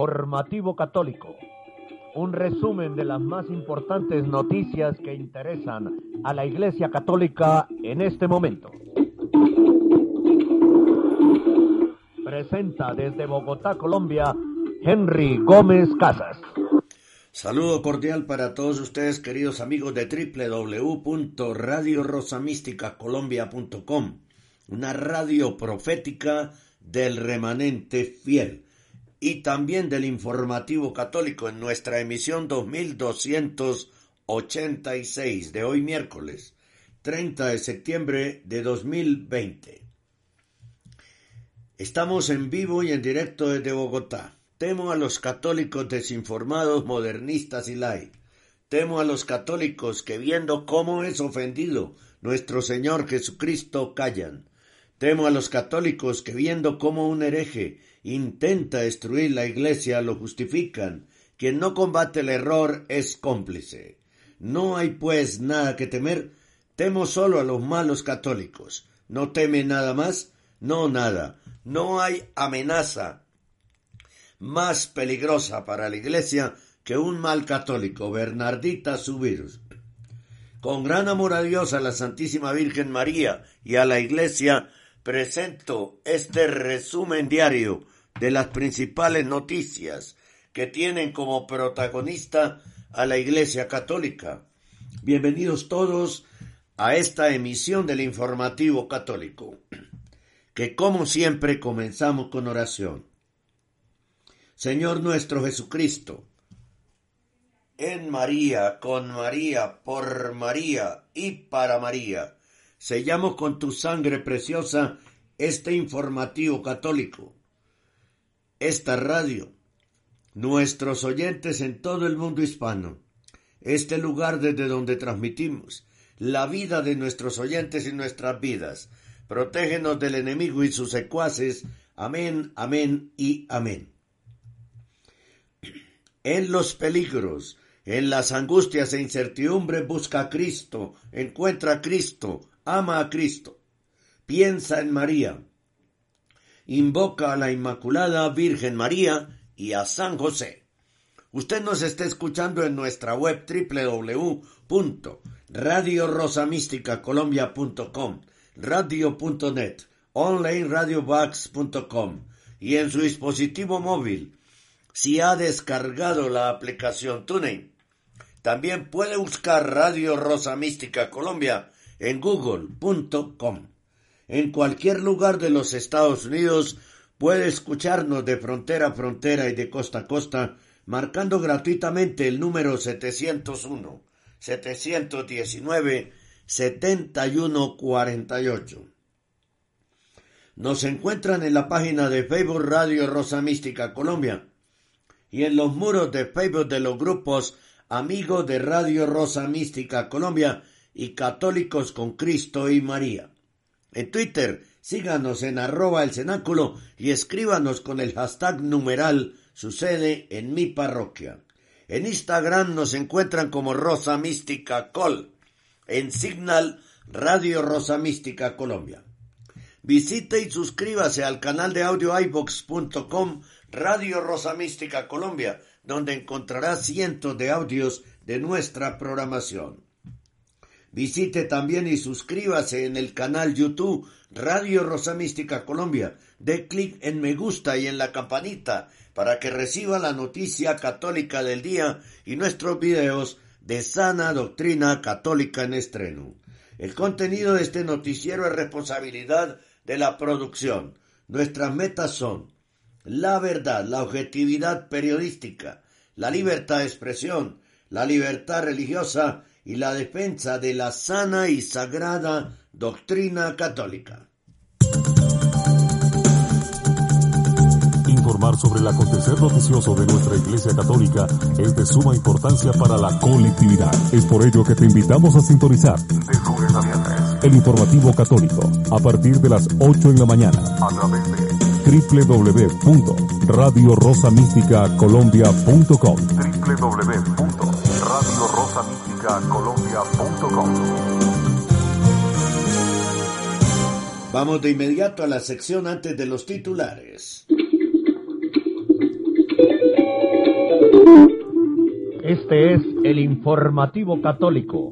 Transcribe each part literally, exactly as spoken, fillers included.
Informativo Católico, un resumen de las más importantes noticias que interesan a la Iglesia Católica en este momento. Presenta desde Bogotá, Colombia, Henry Gómez Casas. Saludo cordial para todos ustedes, queridos amigos de doble u doble u doble u punto radio rosa mística colombia punto com, una radio profética del remanente fiel y también del Informativo Católico en nuestra emisión dos mil doscientos ochenta y seis de hoy miércoles treinta de septiembre de dos mil veinte. Estamos en vivo y en directo desde Bogotá. Temo a los católicos desinformados, modernistas y light. Temo a los católicos que, viendo cómo es ofendido nuestro Señor Jesucristo, callan. Temo a los católicos que, viendo cómo un hereje intenta destruir la Iglesia, lo justifican. Quien no combate el error es cómplice. No hay pues nada que temer. Temo solo a los malos católicos. ¿No teme nada más? No, nada. No hay amenaza más peligrosa para la Iglesia que un mal católico, Bernardita Subirus. Con gran amor a Dios, a la Santísima Virgen María y a la Iglesia, presento este resumen diario de las principales noticias que tienen como protagonista a la Iglesia Católica. Bienvenidos todos a esta emisión del Informativo Católico, que como siempre comenzamos con oración. Señor nuestro Jesucristo, en María, con María, por María y para María, sellamos con tu sangre preciosa este Informativo Católico, esta radio, nuestros oyentes en todo el mundo hispano, este lugar desde donde transmitimos la vida de nuestros oyentes y nuestras vidas. Protégenos del enemigo y sus secuaces. Amén, amén y amén. En los peligros, en las angustias e incertidumbres, busca a Cristo, encuentra a Cristo, ama a Cristo. Piensa en María. Invoca a la Inmaculada Virgen María y a San José. Usted nos está escuchando en nuestra web doble u doble u doble u punto radio rosa mística colombia punto com, radio punto net, online radio box punto com y en su dispositivo móvil. Si ha descargado la aplicación TuneIn, también puede buscar Radio Rosa Mística Colombia en google punto com. En cualquier lugar de los Estados Unidos puede escucharnos de frontera a frontera y de costa a costa, marcando gratuitamente el número setecientos uno, setecientos diecinueve, setenta y uno cuarenta y ocho. Nos encuentran en la página de Facebook Radio Rosa Mística Colombia y en los muros de Facebook de los grupos Amigos de Radio Rosa Mística Colombia y Católicos con Cristo y María. En Twitter, síganos en arroba el cenáculo y escríbanos con el hashtag numeral sucede en mi parroquia. En Instagram nos encuentran como Rosa Mística Col. En Signal, Radio Rosa Mística Colombia. Visite y suscríbase al canal de audio i vox punto com Radio Rosa Mística Colombia, donde encontrará cientos de audios de nuestra programación. Visite también y suscríbase en el canal YouTube Radio Rosa Mística Colombia. Dé clic en me gusta y en la campanita para que reciba la noticia católica del día y nuestros videos de sana doctrina católica en estreno. El contenido de este noticiero es responsabilidad de la producción. Nuestras metas son la verdad, la objetividad periodística, la libertad de expresión, la libertad religiosa y la defensa de la sana y sagrada doctrina católica. Informar sobre el acontecer noticioso de nuestra Iglesia Católica es de suma importancia para la colectividad. Es por ello que te invitamos a sintonizar de lunes a viernes el Informativo Católico a partir de las ocho en la mañana a través de doble u doble u doble u punto radio rosa mística colombia punto com, doble u doble u doble u punto radio rosa mística colombia punto com. Vamos de inmediato a la sección antes de los titulares. Este es el Informativo Católico.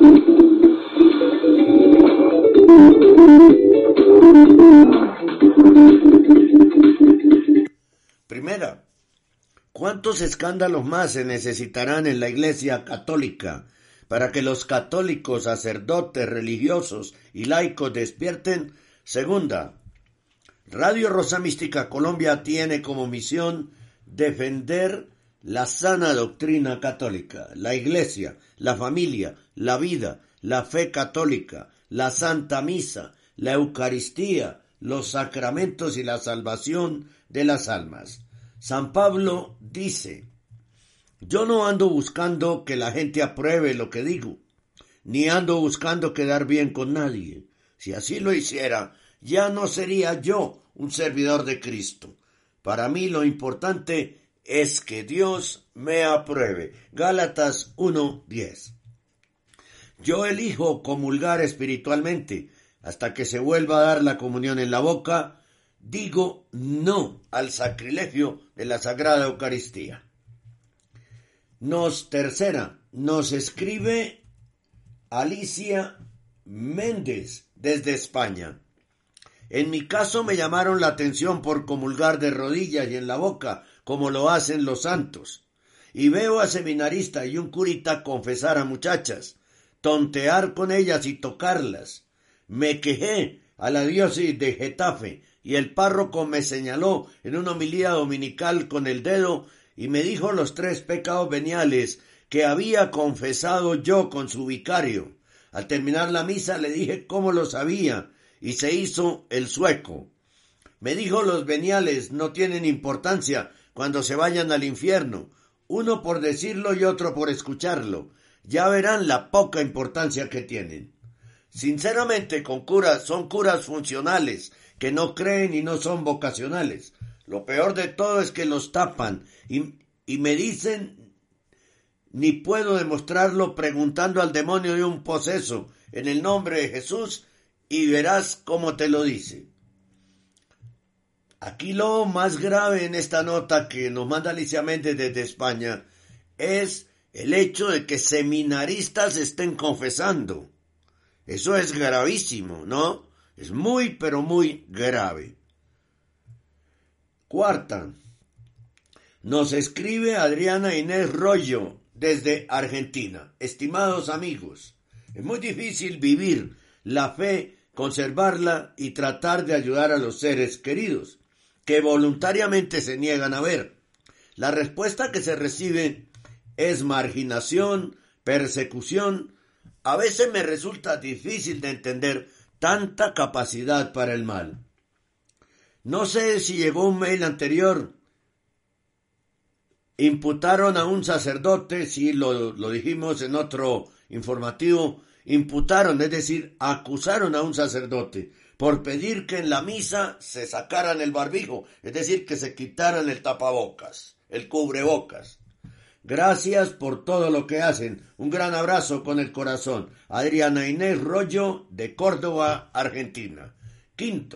Primera, ¿cuántos escándalos más se necesitarán en la Iglesia Católica para que los católicos, sacerdotes, religiosos y laicos despierten? Segunda, Radio Rosa Mística Colombia tiene como misión defender la sana doctrina católica, la Iglesia, la familia, la vida, la fe católica, la Santa Misa, la Eucaristía, los sacramentos y la salvación de las almas. San Pablo dice: yo no ando buscando que la gente apruebe lo que digo, ni ando buscando quedar bien con nadie. Si así lo hiciera, ya no sería yo un servidor de Cristo. Para mí lo importante es que Dios me apruebe. Gálatas uno diez. Yo elijo comulgar espiritualmente hasta que se vuelva a dar la comunión en la boca. Digo no al sacrilegio de la Sagrada Eucaristía. Nos tercera, nos escribe Alicia Méndez desde España. En mi caso me llamaron la atención por comulgar de rodillas y en la boca, como lo hacen los santos. Y veo a seminaristas y un curita confesar a muchachas, tontear con ellas y tocarlas. Me quejé a la diócesis de Getafe y el párroco me señaló en una homilía dominical con el dedo y me dijo los tres pecados veniales que había confesado yo con su vicario. Al terminar la misa le dije cómo lo sabía y se hizo el sueco. Me dijo los veniales no tienen importancia cuando se vayan al infierno, uno por decirlo y otro por escucharlo. Ya verán la poca importancia que tienen. Sinceramente, con curas, son curas funcionales, que no creen y no son vocacionales. Lo peor de todo es que los tapan y, y me dicen, ni puedo demostrarlo preguntando al demonio de un poseso en el nombre de Jesús y verás cómo te lo dice. Aquí lo más grave en esta nota que nos manda Alicia Méndez desde España es el hecho de que seminaristas estén confesando. Eso es gravísimo, ¿no? Es muy, pero muy grave. Cuarta, nos escribe Adriana Inés Rollo desde Argentina. Estimados amigos, es muy difícil vivir la fe, conservarla y tratar de ayudar a los seres queridos que voluntariamente se niegan a ver. La respuesta que se recibe es marginación, persecución. A veces me resulta difícil de entender tanta capacidad para el mal. No sé si llegó un mail anterior. Imputaron a un sacerdote, sí, lo, lo dijimos en otro informativo, imputaron, es decir, acusaron a un sacerdote por pedir que en la misa se sacaran el barbijo, es decir, que se quitaran el tapabocas, el cubrebocas. Gracias por todo lo que hacen. Un gran abrazo con el corazón. Adriana Inés Rollo, de Córdoba, Argentina. Quinto,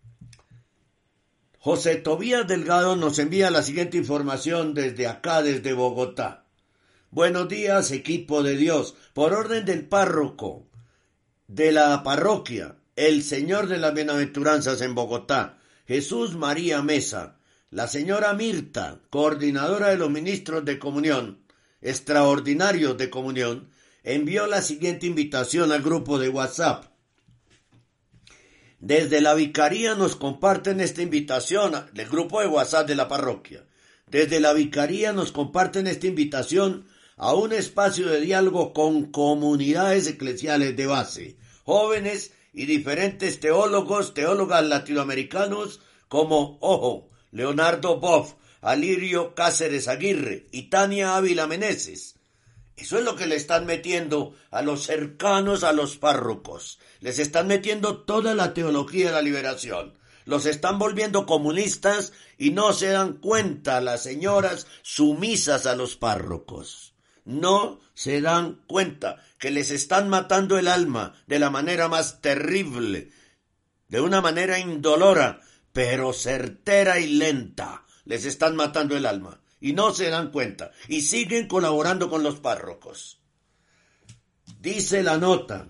José Tobías Delgado nos envía la siguiente información desde acá, desde Bogotá. Buenos días, equipo de Dios. Por orden del párroco de la parroquia El Señor de las Bienaventuranzas en Bogotá, Jesús María Mesa, la señora Mirta, coordinadora de los ministros de comunión, extraordinarios de comunión, envió la siguiente invitación al grupo de WhatsApp. Desde la vicaría nos comparten esta invitación del grupo de WhatsApp de la parroquia. Desde la vicaría nos comparten esta invitación a un espacio de diálogo con comunidades eclesiales de base, jóvenes y diferentes teólogos, teólogas latinoamericanos como, ojo, Leonardo Boff, Alirio Cáceres Aguirre y Tania Ávila Meneses. Eso es lo que le están metiendo a los cercanos a los párrocos. Les están metiendo toda la teología de la liberación. Los están volviendo comunistas y no se dan cuenta las señoras sumisas a los párrocos. No se dan cuenta que les están matando el alma de la manera más terrible, de una manera indolora, pero certera y lenta. Les están matando el alma. y no se dan cuenta y siguen colaborando con los párrocos. Dice la nota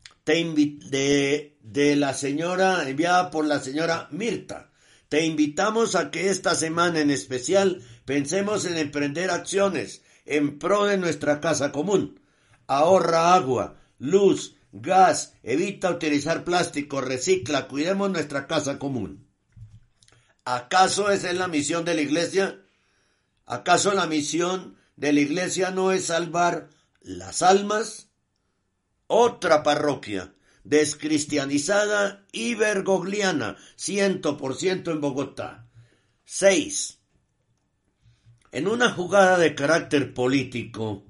de, de la señora, enviada por la señora Mirta: te invitamos a que esta semana en especial pensemos en emprender acciones en pro de nuestra casa común. Ahorra agua, luz, gas, evita utilizar plástico, recicla, cuidemos nuestra casa común. ¿Acaso esa es la misión de la iglesia? ¿Acaso la misión de la iglesia no es salvar las almas? Otra parroquia descristianizada y bergogliana, cien por ciento en Bogotá. Seis. En una jugada de carácter político,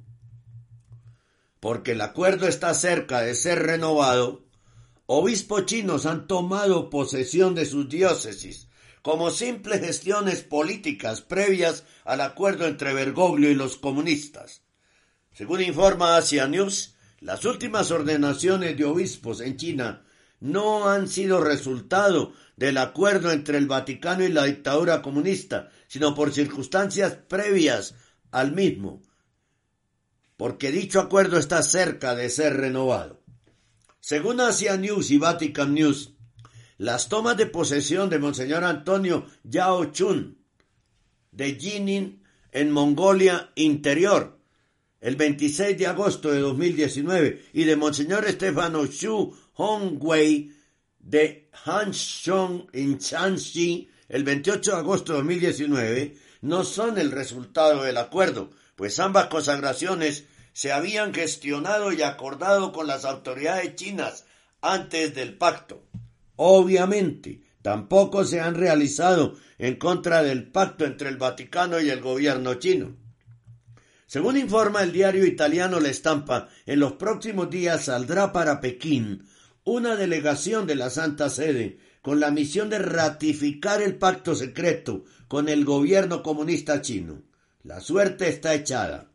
porque el acuerdo está cerca de ser renovado, obispos chinos han tomado posesión de sus diócesis como simples gestiones políticas previas al acuerdo entre Bergoglio y los comunistas. Según informa Asia News, las últimas ordenaciones de obispos en China no han sido resultado del acuerdo entre el Vaticano y la dictadura comunista, sino por circunstancias previas al mismo, porque dicho acuerdo está cerca de ser renovado. Según Asia News y Vatican News, las tomas de posesión de Monseñor Antonio Yao Chun de Jining en Mongolia Interior el veintiséis de agosto de dos mil diecinueve y de Monseñor Estefano Xu Hongwei de Hanshong en Shanxi el veintiocho de agosto de dos mil diecinueve no son el resultado del acuerdo, pues ambas consagraciones se habían gestionado y acordado con las autoridades chinas antes del pacto. Obviamente, tampoco se han realizado en contra del pacto entre el Vaticano y el gobierno chino. Según informa el diario italiano La Stampa, en los próximos días saldrá para Pekín una delegación de la Santa Sede con la misión de ratificar el pacto secreto con el gobierno comunista chino. La suerte está echada.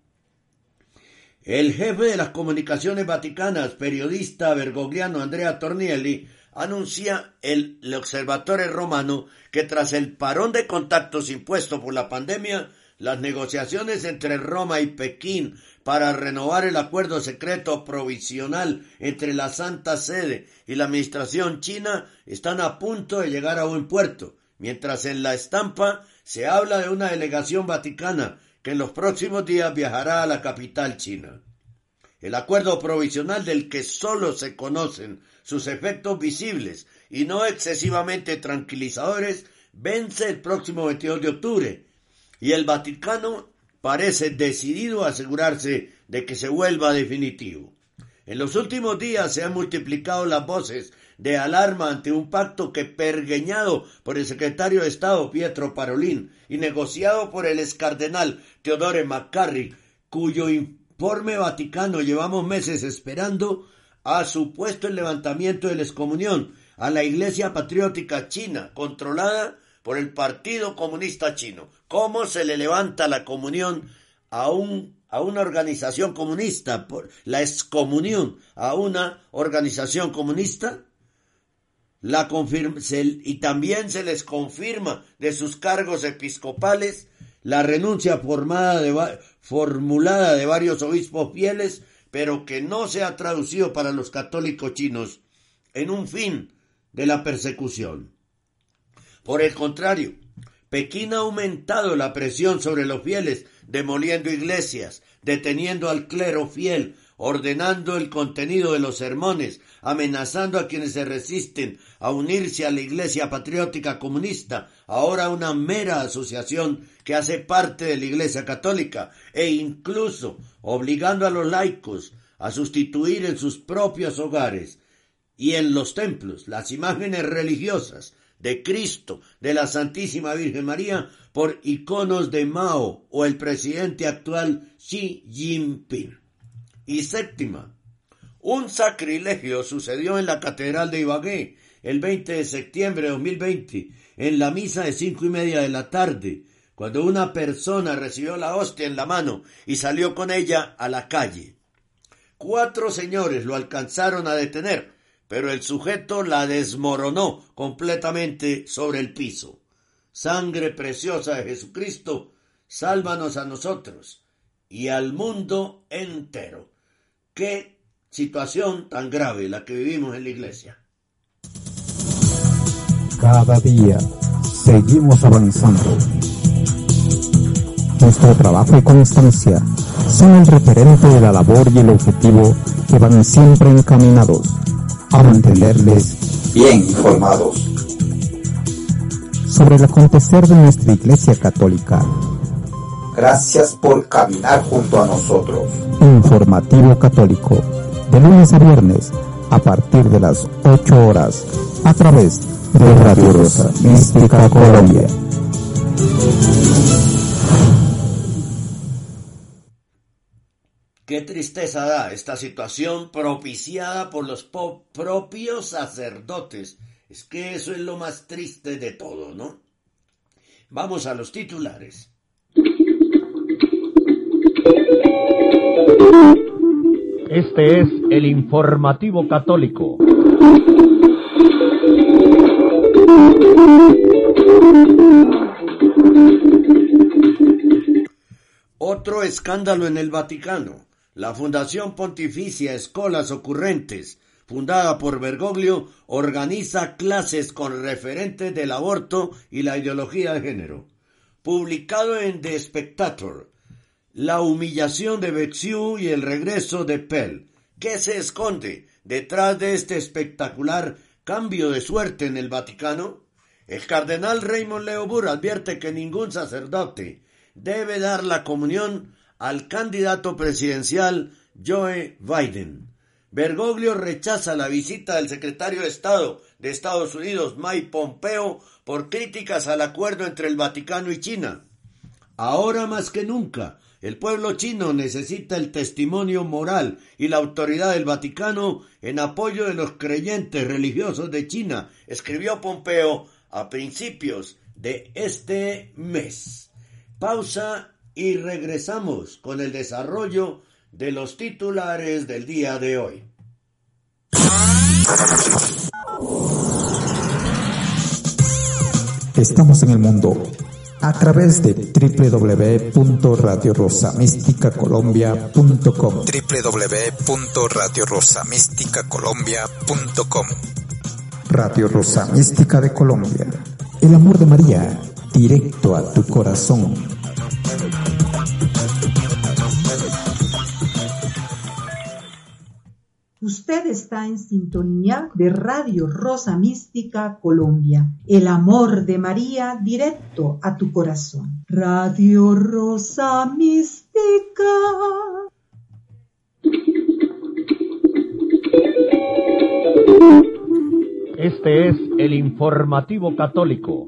El jefe de las comunicaciones vaticanas, periodista bergogliano Andrea Tornielli, anuncia el, el Observatore Romano que tras el parón de contactos impuesto por la pandemia, las negociaciones entre Roma y Pekín para renovar el acuerdo secreto provisional entre la Santa Sede y la administración china están a punto de llegar a buen puerto, mientras en La Estampa se habla de una delegación vaticana que en los próximos días viajará a la capital china. El acuerdo provisional, del que solo se conocen sus efectos visibles y no excesivamente tranquilizadores, vence el próximo veintidós de octubre, y el Vaticano parece decidido a asegurarse de que se vuelva definitivo. En los últimos días se han multiplicado las voces de alarma ante un pacto que, pergeñado por el secretario de Estado Pietro Parolin y negociado por el excardenal Theodore McCarrick, cuyo informe vaticano llevamos meses esperando, ha supuesto el levantamiento de la excomunión a la Iglesia Patriótica China, controlada por el Partido Comunista Chino. ¿Cómo se le levanta la comunión a, un, a una organización comunista, por la excomunión a una organización comunista? La confirma, se, y también se les confirma de sus cargos episcopales la renuncia formada de, formulada de varios obispos fieles, pero que no se ha traducido para los católicos chinos en un fin de la persecución. Por el contrario, Pekín ha aumentado la presión sobre los fieles, demoliendo iglesias, deteniendo al clero fiel, ordenando el contenido de los sermones, amenazando a quienes se resisten a unirse a la Iglesia Patriótica Comunista, ahora una mera asociación que hace parte de la Iglesia Católica, e incluso obligando a los laicos a sustituir en sus propios hogares y en los templos las imágenes religiosas de Cristo, de la Santísima Virgen María, por iconos de Mao o el presidente actual Xi Jinping. Y séptima, un sacrilegio sucedió en la Catedral de Ibagué el veinte de septiembre de dos mil veinte, en la misa de cinco y media de la tarde, cuando una persona recibió la hostia en la mano y salió con ella a la calle. Cuatro señores lo alcanzaron a detener, pero el sujeto la desmoronó completamente sobre el piso. Sangre preciosa de Jesucristo sálvanos a nosotros y al mundo entero. Qué situación tan grave la que vivimos en la iglesia. Cada día seguimos avanzando. Nuestro trabajo y constancia son el referente de la labor y el objetivo que van siempre encaminados a mantenerles bien informados sobre el acontecer de nuestra Iglesia Católica. Gracias por caminar junto a nosotros. Informativo Católico, de lunes a viernes, a partir de las ocho horas, a través de Radio Rosa Mística Colombia. Qué tristeza da esta situación propiciada por los po- propios sacerdotes. Es que eso es lo más triste de todo, ¿no? Vamos a los titulares. Este es el Informativo Católico. Otro escándalo en el Vaticano. La Fundación Pontificia Escolas Ocurrentes, fundada por Bergoglio, organiza clases con referentes del aborto y la ideología de género. Publicado en The Spectator, la humillación de Bexiu y el regreso de Pell. ¿Qué se esconde detrás de este espectacular cambio de suerte en el Vaticano? El cardenal Raymond Leo Burr advierte que ningún sacerdote debe dar la comunión al candidato presidencial Joe Biden. Bergoglio rechaza la visita del secretario de Estado de Estados Unidos, Mike Pompeo, por críticas al acuerdo entre el Vaticano y China. Ahora más que nunca, el pueblo chino necesita el testimonio moral y la autoridad del Vaticano en apoyo de los creyentes religiosos de China, escribió Pompeo a principios de este mes. Pausa y regresamos con el desarrollo de los titulares del día de hoy. Estamos en el mundo a través de doble u doble u doble u punto radio rosa mística colombia punto com. doble u doble u doble u punto radio rosa mística colombia punto com. Radio Rosa Mística de Colombia. El amor de María, directo a tu corazón. Usted está en sintonía de Radio Rosa Mística Colombia. El amor de María directo a tu corazón. Radio Rosa Mística. Este es el Informativo Católico.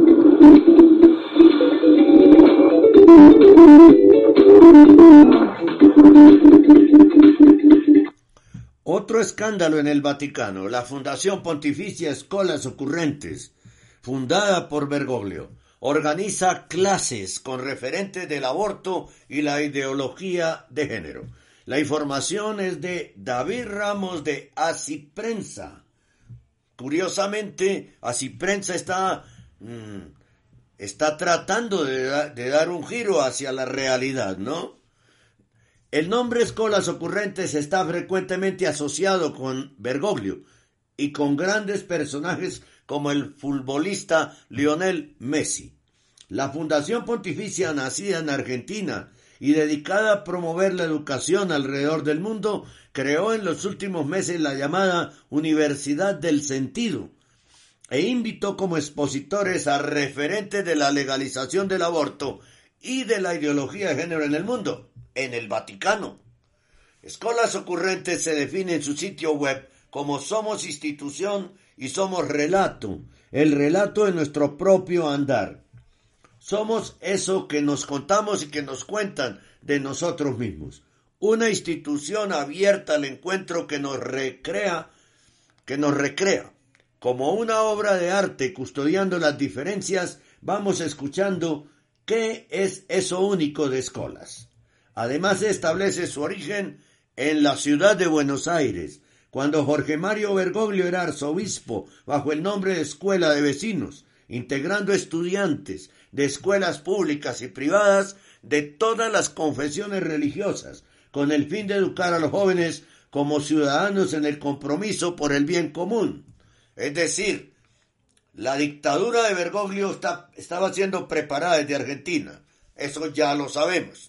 Otro escándalo en el Vaticano. La Fundación Pontificia Escolas Ocurrentes, fundada por Bergoglio, organiza clases con referentes del aborto y la ideología de género. La información es de David Ramos de Asiprensa. Curiosamente, Asiprensa está, mmm, está tratando de, da, de dar un giro hacia la realidad, ¿no? El nombre Escolas Ocurrentes está frecuentemente asociado con Bergoglio y con grandes personajes como el futbolista Lionel Messi. La Fundación Pontificia, nacida en Argentina y dedicada a promover la educación alrededor del mundo, creó en los últimos meses la llamada Universidad del Sentido e invitó como expositores a referentes de la legalización del aborto y de la ideología de género en el mundo. En el Vaticano. Escolas Ocurrentes se define en su sitio web como somos institución y somos relato, el relato de nuestro propio andar. Somos eso que nos contamos y que nos cuentan de nosotros mismos. Una institución abierta al encuentro que nos recrea, que nos recrea. Como una obra de arte custodiando las diferencias, vamos escuchando qué es eso único de Escolas. Además, establece su origen en la ciudad de Buenos Aires, cuando Jorge Mario Bergoglio era arzobispo bajo el nombre de Escuela de Vecinos, integrando estudiantes de escuelas públicas y privadas de todas las confesiones religiosas, con el fin de educar a los jóvenes como ciudadanos en el compromiso por el bien común. Es decir, la dictadura de Bergoglio está, estaba siendo preparada desde Argentina. Eso ya lo sabemos.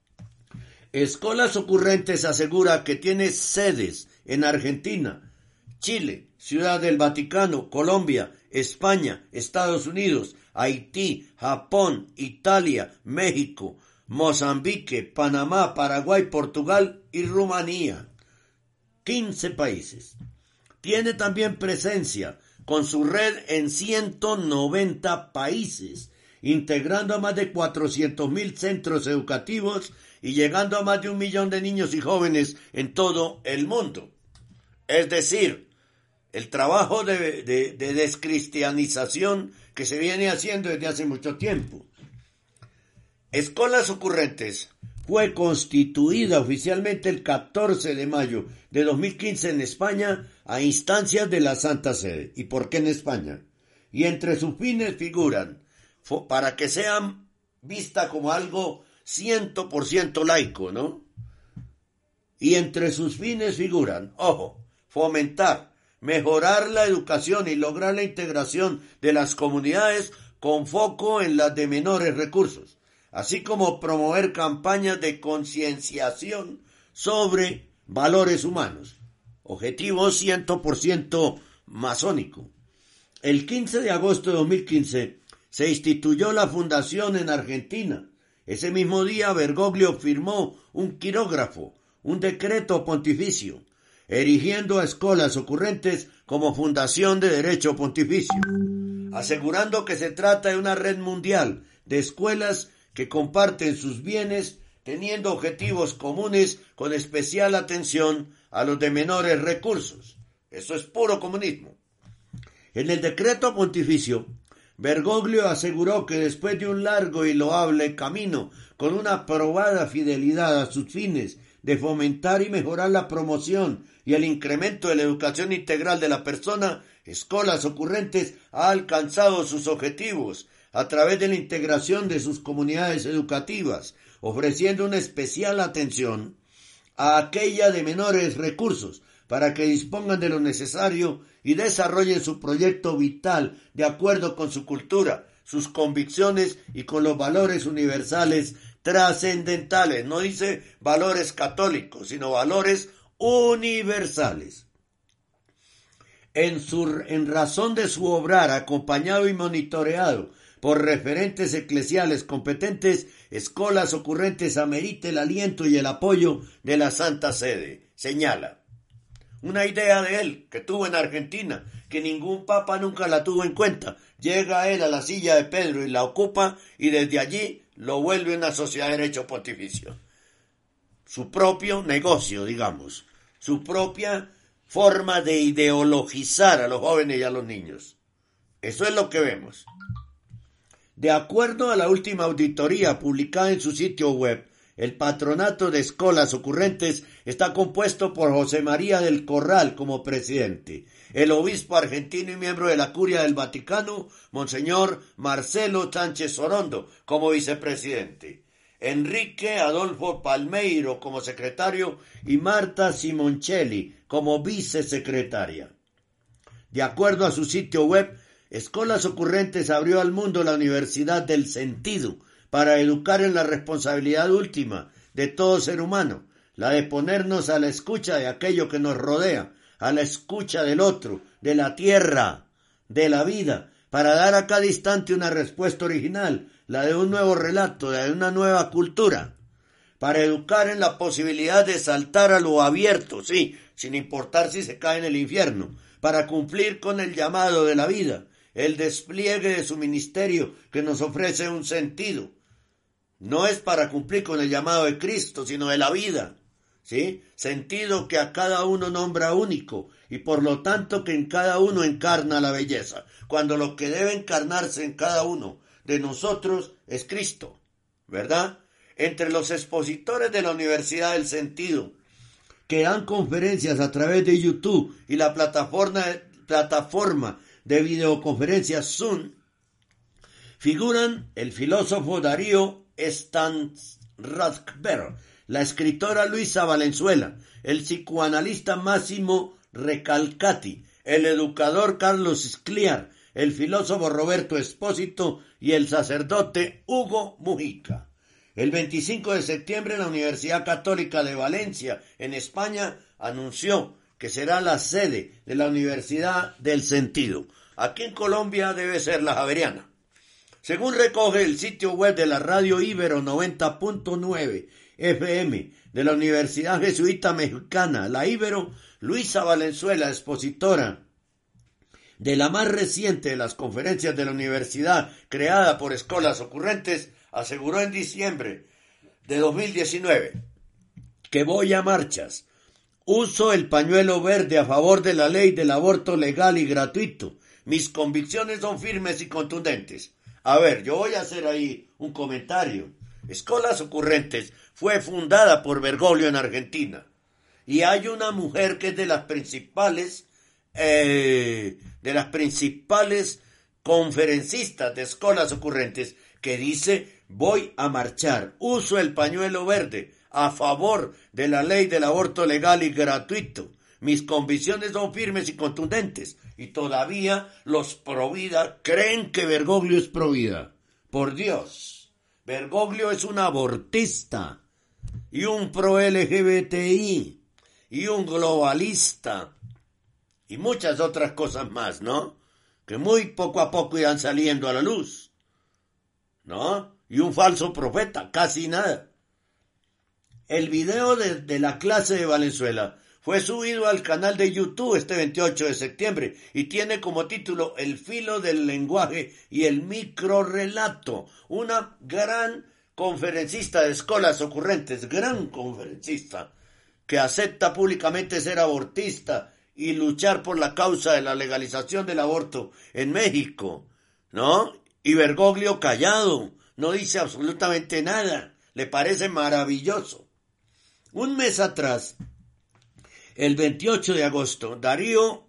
Escolas Ocurrentes asegura que tiene sedes en Argentina, Chile, Ciudad del Vaticano, Colombia, España, Estados Unidos, Haití, Japón, Italia, México, Mozambique, Panamá, Paraguay, Portugal y Rumanía. quince países. Tiene también presencia con su red en ciento noventa países, integrando a más de cuatrocientos mil centros educativos y llegando a más de un millón de niños y jóvenes en todo el mundo. Es decir, el trabajo de, de, de descristianización que se viene haciendo desde hace mucho tiempo. Escolas Ocurrentes fue constituida oficialmente el catorce de mayo de dos mil quince en España a instancias de la Santa Sede. ¿Y por qué en España? Y entre sus fines figuran, para que sean vista como algo cien por ciento laico, ¿no? Y entre sus fines figuran, ojo, fomentar, mejorar la educación y lograr la integración de las comunidades con foco en las de menores recursos, así como promover campañas de concienciación sobre valores humanos. Objetivo cien por ciento masónico. El quince de agosto de dos mil quince se instituyó la fundación en Argentina. Ese mismo día Bergoglio firmó un quirógrafo, un decreto pontificio, erigiendo a Escolas Ocurrentes como fundación de derecho pontificio, asegurando que se trata de una red mundial de escuelas que comparten sus bienes, teniendo objetivos comunes con especial atención a los de menores recursos. Eso es puro comunismo. En el decreto pontificio, Bergoglio aseguró que después de un largo y loable camino, con una probada fidelidad a sus fines de fomentar y mejorar la promoción y el incremento de la educación integral de la persona, Escolas Ocurrentes ha alcanzado sus objetivos a través de la integración de sus comunidades educativas, ofreciendo una especial atención a aquella de menores recursos para que dispongan de lo necesario y desarrollen su proyecto vital de acuerdo con su cultura, sus convicciones y con los valores universales trascendentales. No dice valores católicos, sino valores universales. En, su, en razón de su obrar, acompañado y monitoreado por referentes eclesiales competentes, Escolas Ocurrentes amerita el aliento y el apoyo de la Santa Sede, señala. Una idea de él que tuvo en Argentina, que ningún papa nunca la tuvo en cuenta. Llega él a la silla de Pedro y la ocupa, y desde allí lo vuelve una sociedad de derecho pontificio. Su propio negocio, digamos, su propia forma de ideologizar a los jóvenes y a los niños. Eso es lo que vemos. De acuerdo a la última auditoría publicada en su sitio web, el patronato de Escolas Ocurrentes está compuesto por José María del Corral como presidente, el obispo argentino y miembro de la Curia del Vaticano, Monseñor Marcelo Sánchez Orondo, como vicepresidente, Enrique Adolfo Palmeiro como secretario y Marta Simoncelli como vicesecretaria. De acuerdo a su sitio web, Escolas Ocurrentes abrió al mundo la Universidad del Sentido, para educar en la responsabilidad última de todo ser humano, la de ponernos a la escucha de aquello que nos rodea, a la escucha del otro, de la tierra, de la vida, para dar a cada instante una respuesta original, la de un nuevo relato, la de una nueva cultura, para educar en la posibilidad de saltar a lo abierto, sí, sin importar si se cae en el infierno, para cumplir con el llamado de la vida, el despliegue de su ministerio que nos ofrece un sentido. No es para cumplir con el llamado de Cristo, sino de la vida, ¿sí? Sentido que a cada uno nombra único y por lo tanto que en cada uno encarna la belleza, cuando lo que debe encarnarse en cada uno de nosotros es Cristo, ¿verdad? Entre los expositores de la Universidad del Sentido, que dan conferencias a través de YouTube y la plataforma, plataforma de videoconferencias Zoom, figuran el filósofo Darío Stanrathberg, la escritora Luisa Valenzuela, el psicoanalista Máximo Recalcati, el educador Carlos Scliar, el filósofo Roberto Espósito y el sacerdote Hugo Mujica. El veinticinco de septiembre la Universidad Católica de Valencia, en España, anunció que será la sede de la Universidad del Sentido. Aquí en Colombia debe ser la Javeriana. Según recoge el sitio web de la radio Ibero noventa punto nueve F M de la Universidad Jesuita Mexicana, la Ibero, Luisa Valenzuela, expositora de la más reciente de las conferencias de la universidad creada por Escolas Ocurrentes, aseguró en diciembre de dos mil diecinueve que voy a marchas, uso el pañuelo verde a favor de la ley del aborto legal y gratuito, mis convicciones son firmes y contundentes. A ver, yo voy a hacer ahí un comentario. Escolas Ocurrentes fue fundada por Bergoglio en Argentina y hay una mujer que es de las principales eh, de las principales conferencistas de Escolas Ocurrentes que dice voy a marchar, uso el pañuelo verde a favor de la ley del aborto legal y gratuito. Mis convicciones son firmes y contundentes. Y todavía los provida creen que Bergoglio es provida. Por Dios, Bergoglio es un abortista y un pro L G B T I y un globalista y muchas otras cosas más, ¿no? Que muy poco a poco irán saliendo a la luz, ¿no? Y un falso profeta, casi nada. El video de, de la clase de Valenzuela fue subido al canal de YouTube este veintiocho de septiembre y tiene como título El filo del lenguaje y el microrrelato. Una gran conferencista de Escolas Ocurrentes, gran conferencista, que acepta públicamente ser abortista y luchar por la causa de la legalización del aborto en México, ¿no? Y Bergoglio callado, no dice absolutamente nada, le parece maravilloso. Un mes atrás, el veintiocho de agosto, Darío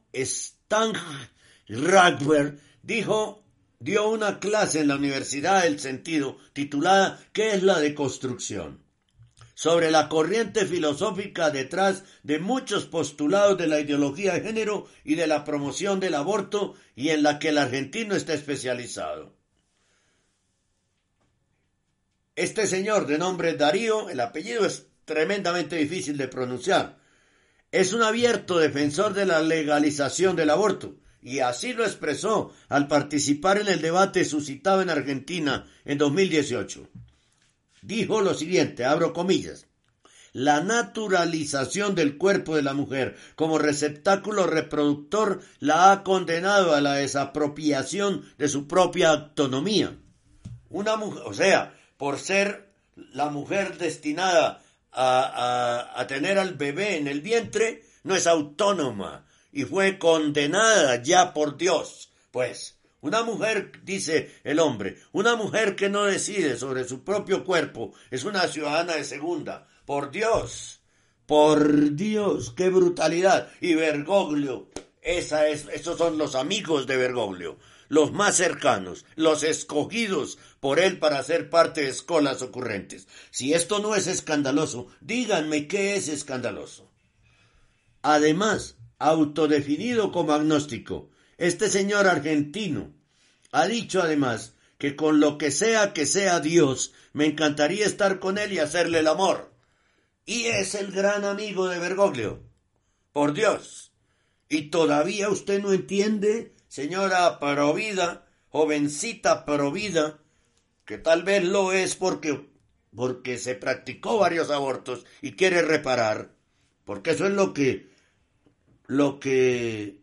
Stanrathberg dijo, dio una clase en la Universidad del Sentido titulada ¿Qué es la deconstrucción?, sobre la corriente filosófica detrás de muchos postulados de la ideología de género y de la promoción del aborto y en la que el argentino está especializado. Este señor de nombre Darío, el apellido es tremendamente difícil de pronunciar, es un abierto defensor de la legalización del aborto, y así lo expresó al participar en el debate suscitado en Argentina en dos mil dieciocho. Dijo lo siguiente, abro comillas, la naturalización del cuerpo de la mujer como receptáculo reproductor la ha condenado a la desapropiación de su propia autonomía. Una mujer, o sea, por ser la mujer destinada A, a, a tener al bebé en el vientre, no es autónoma y fue condenada ya por Dios. Pues, una mujer, dice el hombre, una mujer que no decide sobre su propio cuerpo es una ciudadana de segunda. Por Dios, por Dios, qué brutalidad. Y Bergoglio, esa es, esos son los amigos de Bergoglio, los más cercanos, los escogidos por él para ser parte de Escolas Ocurrentes. Si esto no es escandaloso, díganme qué es escandaloso. Además, autodefinido como agnóstico, este señor argentino ha dicho además que con lo que sea que sea Dios, me encantaría estar con él y hacerle el amor. Y es el gran amigo de Bergoglio. Por Dios. Y todavía usted no entiende, señora provida, jovencita provida, que tal vez lo es porque, porque se practicó varios abortos y quiere reparar, porque eso es lo que, lo que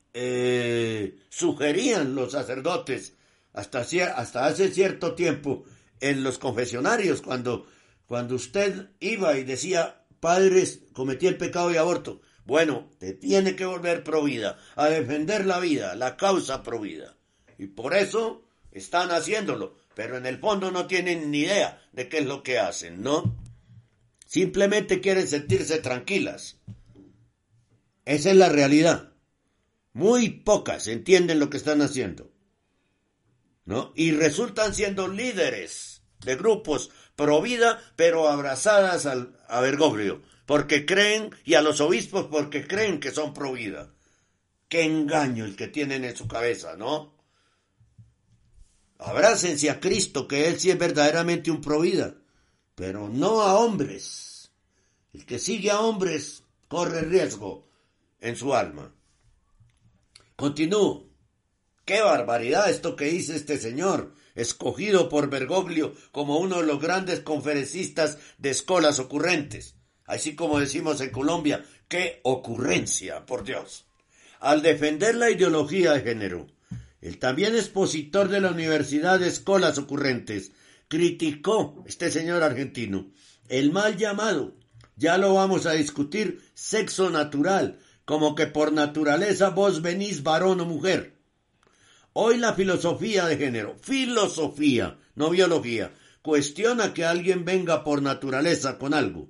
eh, sugerían los sacerdotes hasta, hasta hace cierto tiempo en los confesionarios, cuando, cuando usted iba y decía, padres, cometí el pecado de aborto. Bueno, te tiene que volver provida, a defender la vida, la causa provida. Y por eso están haciéndolo, pero en el fondo no tienen ni idea de qué es lo que hacen, ¿no? Simplemente quieren sentirse tranquilas. Esa es la realidad. Muy pocas entienden lo que están haciendo, ¿no? Y resultan siendo líderes de grupos pro vida, pero abrazadas al, a Bergoglio, porque creen, y a los obispos porque creen que son pro vida. Qué engaño el que tienen en su cabeza, ¿no? Abrácense a Cristo, que Él sí es verdaderamente un pro vida, pero no a hombres. El que sigue a hombres corre riesgo en su alma. Continúo. ¡Qué barbaridad esto que dice este señor, escogido por Bergoglio como uno de los grandes conferencistas de escolas ocurrentes! Así como decimos en Colombia, ¡qué ocurrencia, por Dios! Al defender la ideología de género, el también expositor de la Universidad de Escolas Ocurrentes criticó, este señor argentino, el mal llamado, ya lo vamos a discutir, sexo natural, como que por naturaleza vos venís varón o mujer. Hoy la filosofía de género, filosofía, no biología, cuestiona que alguien venga por naturaleza con algo.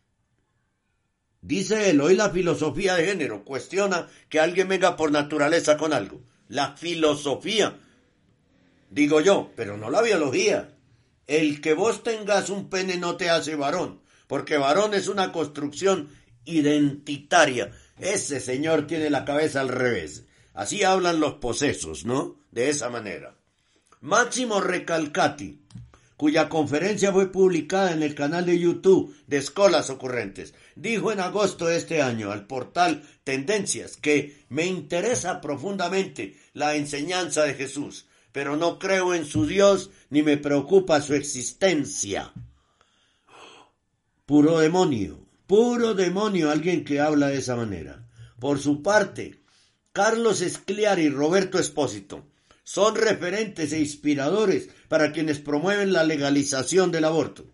Dice él, hoy la filosofía de género cuestiona que alguien venga por naturaleza con algo. La filosofía, digo yo, pero no la biología. El que vos tengas un pene no te hace varón, porque varón es una construcción identitaria. Ese señor tiene la cabeza al revés. Así hablan los posesos, ¿no? De esa manera. Máximo Recalcati, cuya conferencia fue publicada en el canal de YouTube de Escolas Ocurrentes, dijo en agosto de este año al portal Tendencias que me interesa profundamente la enseñanza de Jesús, pero no creo en su Dios ni me preocupa su existencia. Puro demonio, puro demonio alguien que habla de esa manera. Por su parte, Carlos Escliar y Roberto Espósito son referentes e inspiradores para quienes promueven la legalización del aborto.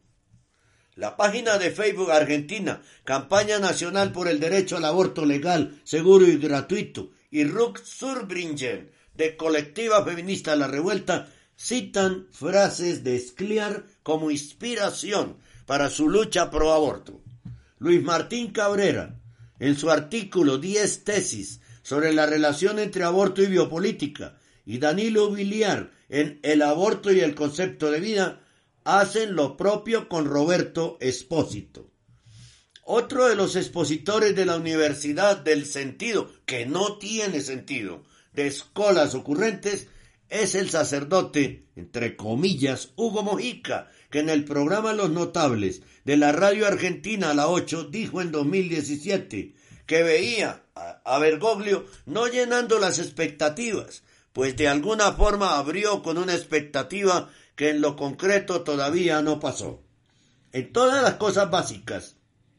La página de Facebook argentina, Campaña Nacional por el Derecho al Aborto Legal, Seguro y Gratuito, y Ruck Surbringen, de Colectiva Feminista La Revuelta, citan frases de Escliar como inspiración para su lucha pro aborto. Luis Martín Cabrera, en su artículo diez tesis sobre la relación entre aborto y biopolítica, y Danilo Villar en El aborto y el concepto de vida, hacen lo propio con Roberto Espósito. Otro de los expositores de la Universidad del Sentido, que no tiene sentido, de Escolas Ocurrentes, es el sacerdote, entre comillas, Hugo Mojica, que en el programa Los Notables de la radio argentina La ocho dijo en dos mil diecisiete que veía a, a Bergoglio no llenando las expectativas, pues de alguna forma abrió con una expectativa que en lo concreto todavía no pasó. En todas las cosas básicas,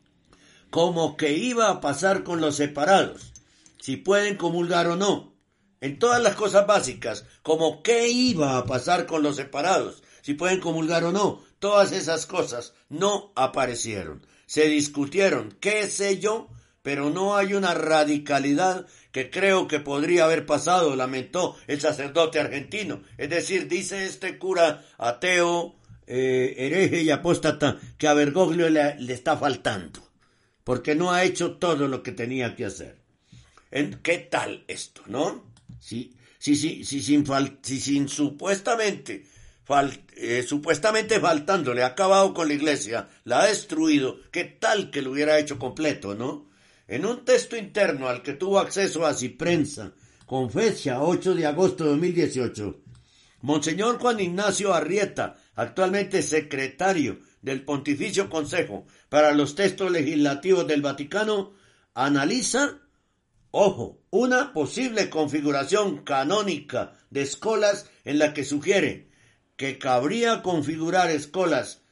como que iba a pasar con los separados, si pueden comulgar o no. En todas las cosas básicas, como qué iba a pasar con los separados, si pueden comulgar o no, todas esas cosas no aparecieron. Se discutieron, qué sé yo, pero no hay una radicalidad que creo que podría haber pasado, lamentó el sacerdote argentino. Es decir, dice este cura ateo, eh, hereje y apóstata, que a Bergoglio le, le está faltando, porque no ha hecho todo lo que tenía que hacer. ¿En qué tal esto, no? Si, si, si, si, sin, fal, si sin supuestamente, fal, eh, supuestamente faltándole ha acabado con la iglesia, la ha destruido, ¿qué tal que lo hubiera hecho completo, no? En un texto interno al que tuvo acceso a Ciprensa, con fecha ocho de agosto de dos mil dieciocho, Monseñor Juan Ignacio Arrieta, actualmente secretario del Pontificio Consejo para los Textos Legislativos del Vaticano, analiza, ojo, una posible configuración canónica de escolas en la que sugiere que cabría configurar escolas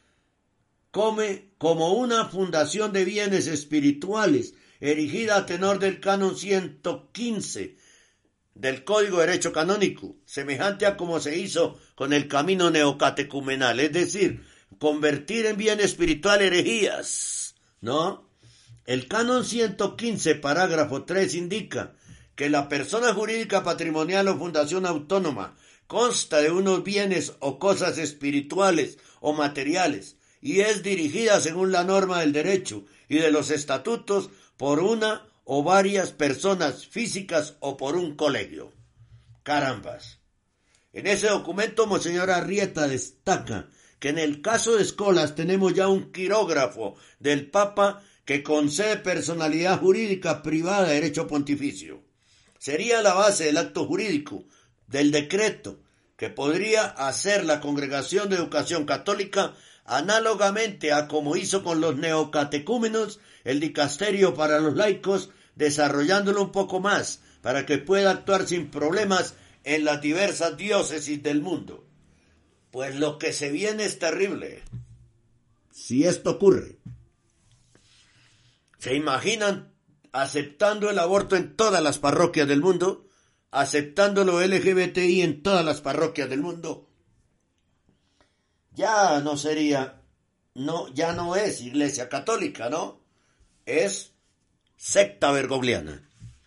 come como una fundación de bienes espirituales erigida a tenor del canon ciento quince del Código de Derecho Canónico, semejante a como se hizo con el camino neocatecumenal, es decir, convertir en bien espiritual herejías, ¿no? El canon ciento quince, parágrafo tres, indica que la persona jurídica patrimonial o fundación autónoma consta de unos bienes o cosas espirituales o materiales y es dirigida según la norma del derecho y de los estatutos por una o varias personas físicas o por un colegio. Carambas. En ese documento, Monseñor Arrieta destaca que en el caso de Escolas tenemos ya un quirógrafo del Papa que concede personalidad jurídica privada de derecho pontificio. Sería la base del acto jurídico, del decreto, que podría hacer la Congregación de Educación Católica análogamente a como hizo con los neocatecúmenos el dicasterio para los laicos, desarrollándolo un poco más para que pueda actuar sin problemas en las diversas diócesis del mundo. Pues lo que se viene es terrible. Si esto ocurre, ¿se imaginan aceptando el aborto en todas las parroquias del mundo? ¿Aceptando lo L G B T I en todas las parroquias del mundo? Ya no sería, no, ya no es Iglesia Católica, ¿no? Es secta bergogliana.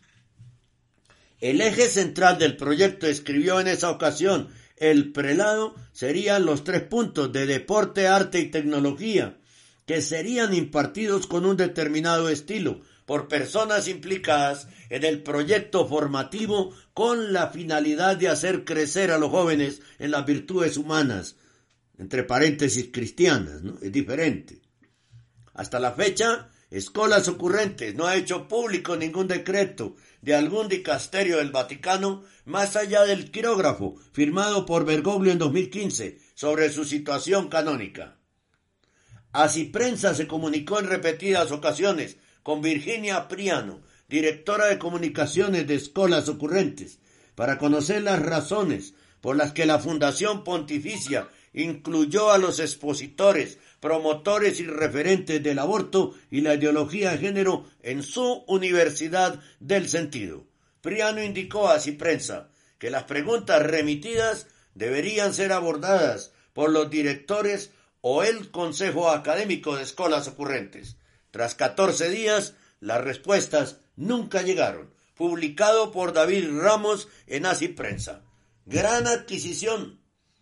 El eje central del proyecto, escribió en esa ocasión el prelado, serían los tres puntos de deporte, arte y tecnología, que serían impartidos con un determinado estilo por personas implicadas en el proyecto formativo con la finalidad de hacer crecer a los jóvenes en las virtudes humanas, entre paréntesis cristianas, ¿no? Es diferente. Hasta la fecha, Escolas Ocurrentes no ha hecho público ningún decreto de algún dicasterio del Vaticano más allá del quirógrafo firmado por Bergoglio en dos mil quince sobre su situación canónica. Así Prensa se comunicó en repetidas ocasiones con Virginia Priano, directora de comunicaciones de Escolas Ocurrentes, para conocer las razones por las que la Fundación Pontificia incluyó a los expositores, promotores y referentes del aborto y la ideología de género en su Universidad del Sentido. Priano indicó a Ciprensa que las preguntas remitidas deberían ser abordadas por los directores o el Consejo Académico de Escolas Ocurrentes. Tras catorce días, las respuestas nunca llegaron. Publicado por David Ramos en Así Prensa. Gran adquisición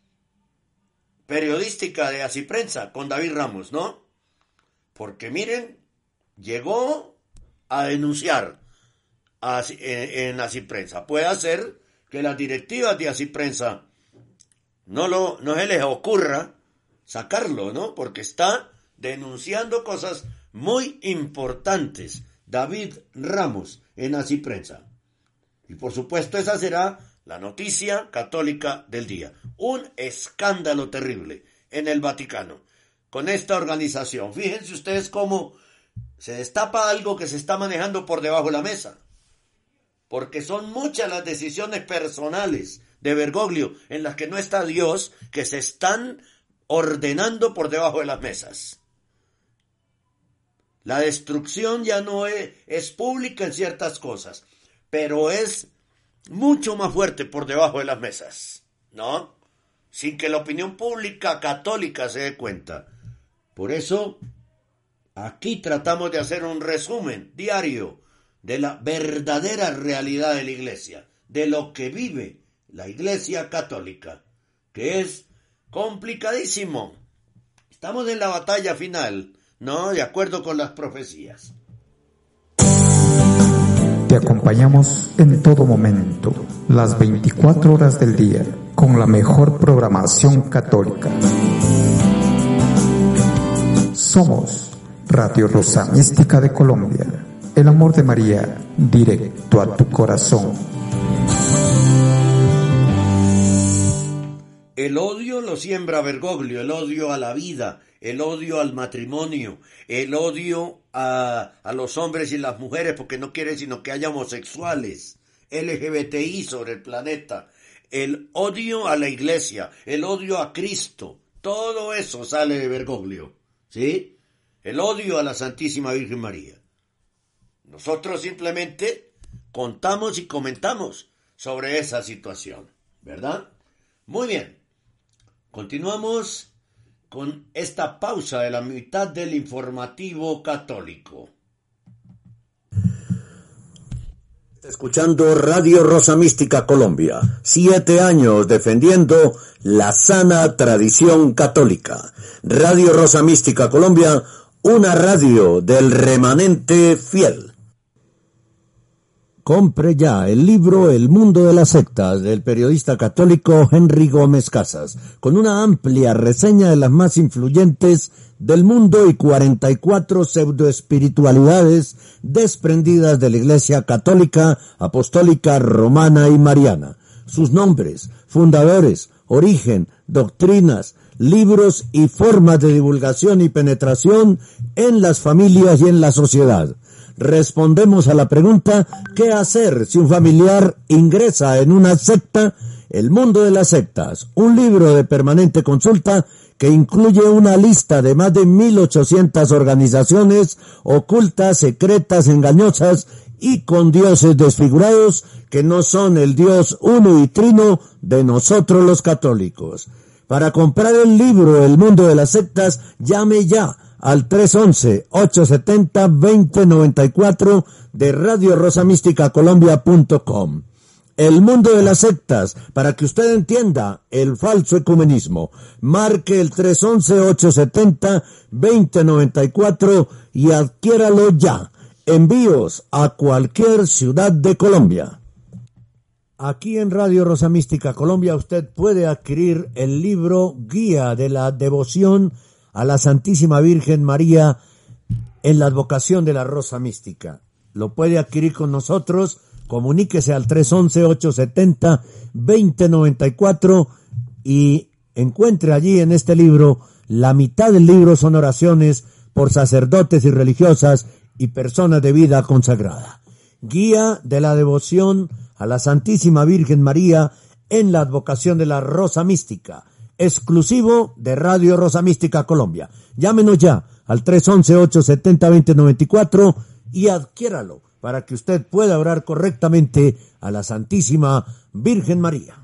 periodística de Así Prensa con David Ramos, ¿no? Porque miren, llegó a denunciar a, en, en Así Prensa. Puede ser que las directivas de Así Prensa no, lo, no se les ocurra sacarlo, ¿no? Porque está denunciando cosas muy importantes David Ramos en Así Prensa. Y por supuesto esa será la noticia católica del día. Un escándalo terrible en el Vaticano con esta organización. Fíjense ustedes cómo se destapa algo que se está manejando por debajo de la mesa. Porque son muchas las decisiones personales de Bergoglio en las que no está Dios, que se están ordenando por debajo de las mesas. La destrucción ya no es, es pública en ciertas cosas, pero es mucho más fuerte por debajo de las mesas, ¿no? Sin que la opinión pública católica se dé cuenta. Por eso, aquí tratamos de hacer un resumen diario de la verdadera realidad de la Iglesia, de lo que vive la Iglesia Católica, que es complicadísimo. Estamos en la batalla final, ¿no? De acuerdo con las profecías. Te acompañamos en todo momento, las veinticuatro horas del día, con la mejor programación católica. Somos Radio Rosa Mística de Colombia, el amor de María, directo a tu corazón. El odio lo siembra Bergoglio, el odio a la vida, el odio al matrimonio, el odio a, a los hombres y las mujeres, porque no quiere sino que haya homosexuales, L G B T I sobre el planeta, el odio a la Iglesia, el odio a Cristo, todo eso sale de Bergoglio, ¿sí? El odio a la Santísima Virgen María. Nosotros simplemente contamos y comentamos sobre esa situación, ¿verdad? Muy bien, continuamos con esta pausa de la mitad del informativo católico. Escuchando Radio Rosa Mística Colombia, siete años defendiendo la sana tradición católica. Radio Rosa Mística Colombia, una radio del remanente fiel. Compre ya el libro El mundo de las sectas del periodista católico Henry Gómez Casas, con una amplia reseña de las más influyentes del mundo y cuarenta y cuatro pseudoespiritualidades desprendidas de la Iglesia Católica, Apostólica, Romana y Mariana. Sus nombres, fundadores, origen, doctrinas, libros y formas de divulgación y penetración en las familias y en la sociedad. Respondemos a la pregunta, ¿qué hacer si un familiar ingresa en una secta? El mundo de las sectas, un libro de permanente consulta que incluye una lista de más de mil ochocientas organizaciones ocultas, secretas, engañosas y con dioses desfigurados que no son el Dios uno y trino de nosotros los católicos. Para comprar el libro El mundo de las sectas, llame ya al tres once, ocho setenta, veinte noventa y cuatro de radio rosa mística colombia punto com. El mundo de las sectas, para que usted entienda el falso ecumenismo. Marque el tres once, ocho setenta, veinte noventa y cuatro y adquiéralo ya. Envíos a cualquier ciudad de Colombia. Aquí en Radio Rosa Mística Colombia usted puede adquirir el libro Guía de la Devoción a la Santísima Virgen María en la advocación de la Rosa Mística. Lo puede adquirir con nosotros, comuníquese al tres once, ocho setenta, veinte noventa y cuatro y encuentre allí en este libro, la mitad del libro son oraciones por sacerdotes y religiosas y personas de vida consagrada. Guía de la Devoción a la Santísima Virgen María en la advocación de la Rosa Mística, exclusivo de Radio Rosa Mística Colombia. Llámenos ya al tres once, ocho setenta, veinte noventa y cuatro y adquiéralo para que usted pueda orar correctamente a la Santísima Virgen María.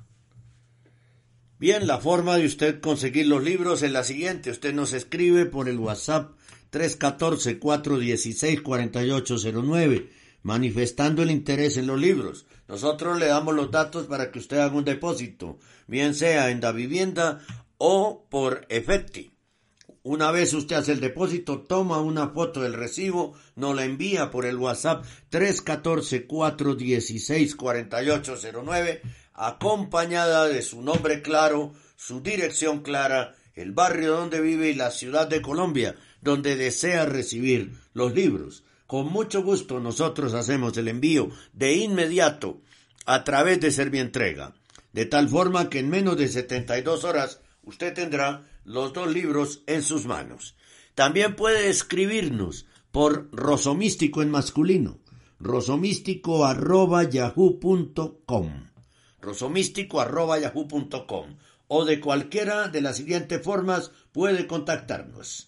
Bien, la forma de usted conseguir los libros es la siguiente. Usted nos escribe por el WhatsApp tres uno cuatro, cuatro uno seis, cuatro ocho cero nueve, manifestando el interés en los libros. Nosotros le damos los datos para que usted haga un depósito, bien sea en la vivienda o por Efecti. Una vez usted hace el depósito, toma una foto del recibo, nos la envía por el WhatsApp tres uno cuatro, cuatro uno seis, cuatro ocho cero nueve, acompañada de su nombre claro, su dirección clara, el barrio donde vive y la ciudad de Colombia, donde desea recibir los libros. Con mucho gusto nosotros hacemos el envío de inmediato a través de Servientrega, de tal forma que en menos de setenta y dos horas usted tendrá los dos libros en sus manos. También puede escribirnos por rosomístico en masculino, rosomístico arroba yahoo punto com, rosomístico arroba yahoo punto com, o de cualquiera de las siguientes formas puede contactarnos.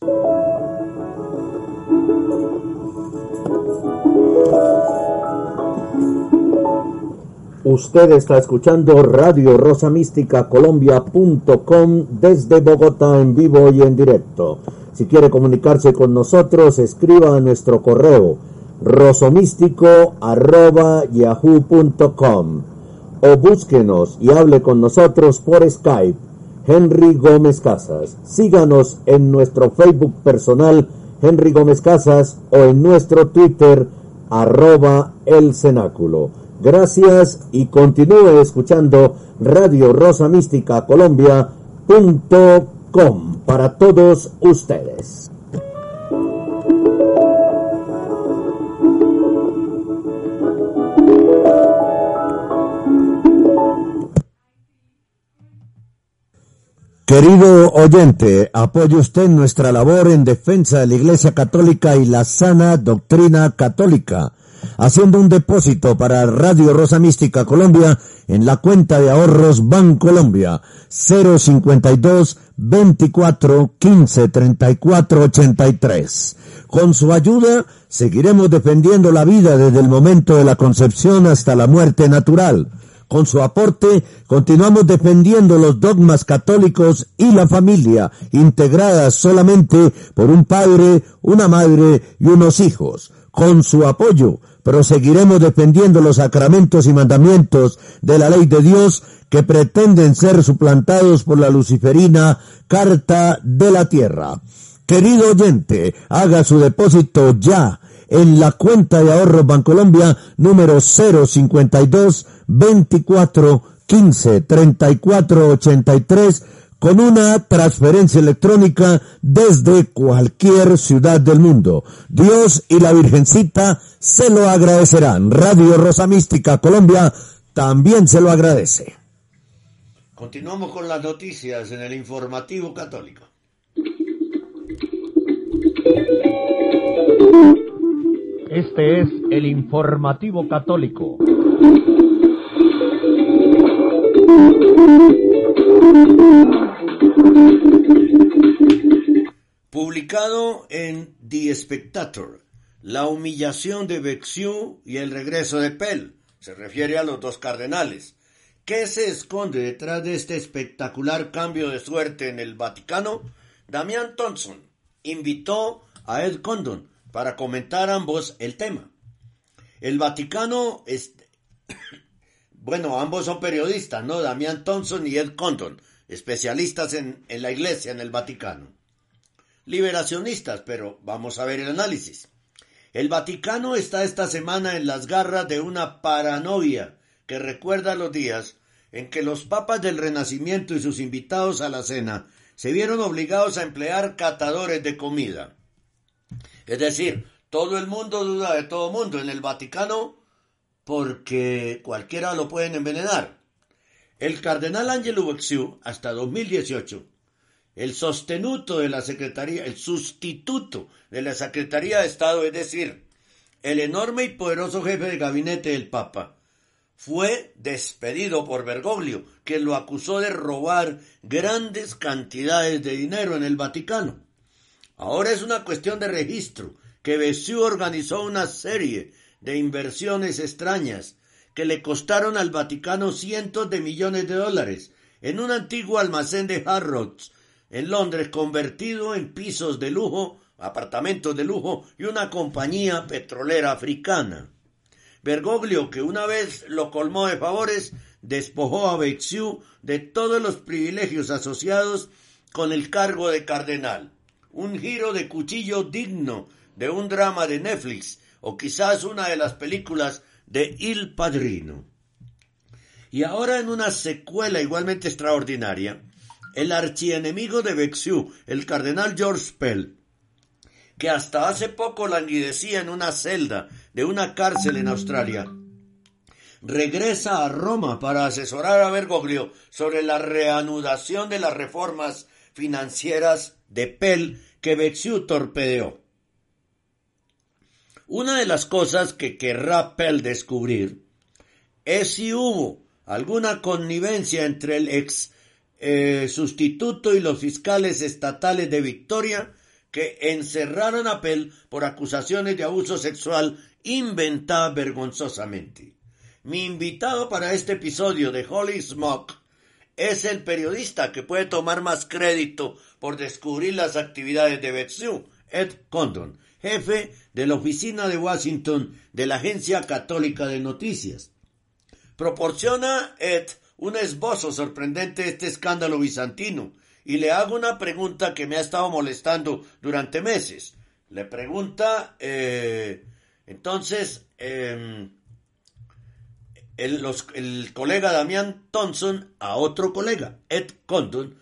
Usted está escuchando Radio Rosa Mística Colombia punto com desde Bogotá en vivo y en directo. Si quiere comunicarse con nosotros, escriba a nuestro correo rosomístico arroba yahoo punto com o búsquenos y hable con nosotros por Skype, Henry Gómez Casas. Síganos en nuestro Facebook personal, Henry Gómez Casas, o en nuestro Twitter, arroba el cenáculo. Gracias y continúe escuchando Radio Rosa Mística Colombia punto com para todos ustedes. Querido oyente, apoye usted nuestra labor en defensa de la Iglesia Católica y la sana doctrina católica, haciendo un depósito para Radio Rosa Mística Colombia en la cuenta de ahorros Bancolombia cero cincuenta y dos, veinticuatro, quince, treinta y cuatro, ochenta y tres. Con su ayuda seguiremos defendiendo la vida desde el momento de la concepción hasta la muerte natural. Con su aporte continuamos defendiendo los dogmas católicos y la familia, integradas solamente por un padre, una madre y unos hijos. Con su apoyo proseguiremos defendiendo los sacramentos y mandamientos de la ley de Dios que pretenden ser suplantados por la luciferina Carta de la Tierra. Querido oyente, haga su depósito ya en la cuenta de ahorros Bancolombia número cero cincuenta y dos veinticuatro quince treinta y cuatro ochenta y tres con una transferencia electrónica desde cualquier ciudad del mundo. Dios y la Virgencita se lo agradecerán. Radio Rosa Mística Colombia también se lo agradece. Continuamos con las noticias en el informativo católico. Este es el informativo católico. Publicado en The Spectator, la humillación de Bexu y el regreso de Pell, se refiere a los dos cardenales. ¿Qué se esconde detrás de este espectacular cambio de suerte en el Vaticano? Damián Thompson invitó a Ed Condon para comentar ambos el tema. El Vaticano es... bueno, ambos son periodistas, ¿no? Damián Thompson y Ed Condon, especialistas en, en la Iglesia en el Vaticano. Liberacionistas, pero vamos a ver el análisis. El Vaticano está esta semana en las garras de una paranoia que recuerda los días en que los papas del Renacimiento y sus invitados a la cena se vieron obligados a emplear catadores de comida. Es decir, todo el mundo duda de todo mundo en el Vaticano porque cualquiera lo pueden envenenar. El cardenal Angelo Bexu, hasta dos mil dieciocho, el sostenuto de la Secretaría, el sustituto de la Secretaría de Estado, es decir, el enorme y poderoso jefe de gabinete del Papa, fue despedido por Bergoglio, que lo acusó de robar grandes cantidades de dinero en el Vaticano. Ahora es una cuestión de registro, que Bexu organizó una serie de inversiones extrañas que le costaron al Vaticano cientos de millones de dólares en un antiguo almacén de Harrods en Londres, convertido en pisos de lujo, apartamentos de lujo y una compañía petrolera africana. Bergoglio, que una vez lo colmó de favores, despojó a Bexu de todos los privilegios asociados con el cargo de cardenal. Un giro de cuchillo digno de un drama de Netflix o quizás una de las películas de Il Padrino. Y ahora, en una secuela igualmente extraordinaria, el archienemigo de Bexu, el cardenal George Pell, que hasta hace poco languidecía en una celda de una cárcel en Australia, regresa a Roma para asesorar a Bergoglio sobre la reanudación de las reformas financieras de Pell que Bexu torpedeó. Una de las cosas que querrá Pell descubrir es si hubo alguna connivencia entre el ex eh, sustituto y los fiscales estatales de Victoria que encerraron a Pell por acusaciones de abuso sexual inventadas vergonzosamente. Mi invitado para este episodio de Holy Smoke es el periodista que puede tomar más crédito por descubrir las actividades de Bexu, Ed Condon, jefe de la oficina de Washington de la Agencia Católica de Noticias. Proporciona Ed un esbozo sorprendente de este escándalo bizantino y le hago una pregunta que me ha estado molestando durante meses. Le pregunta, eh, entonces, eh, el, los, el colega Damián Thompson a otro colega, Ed Condon,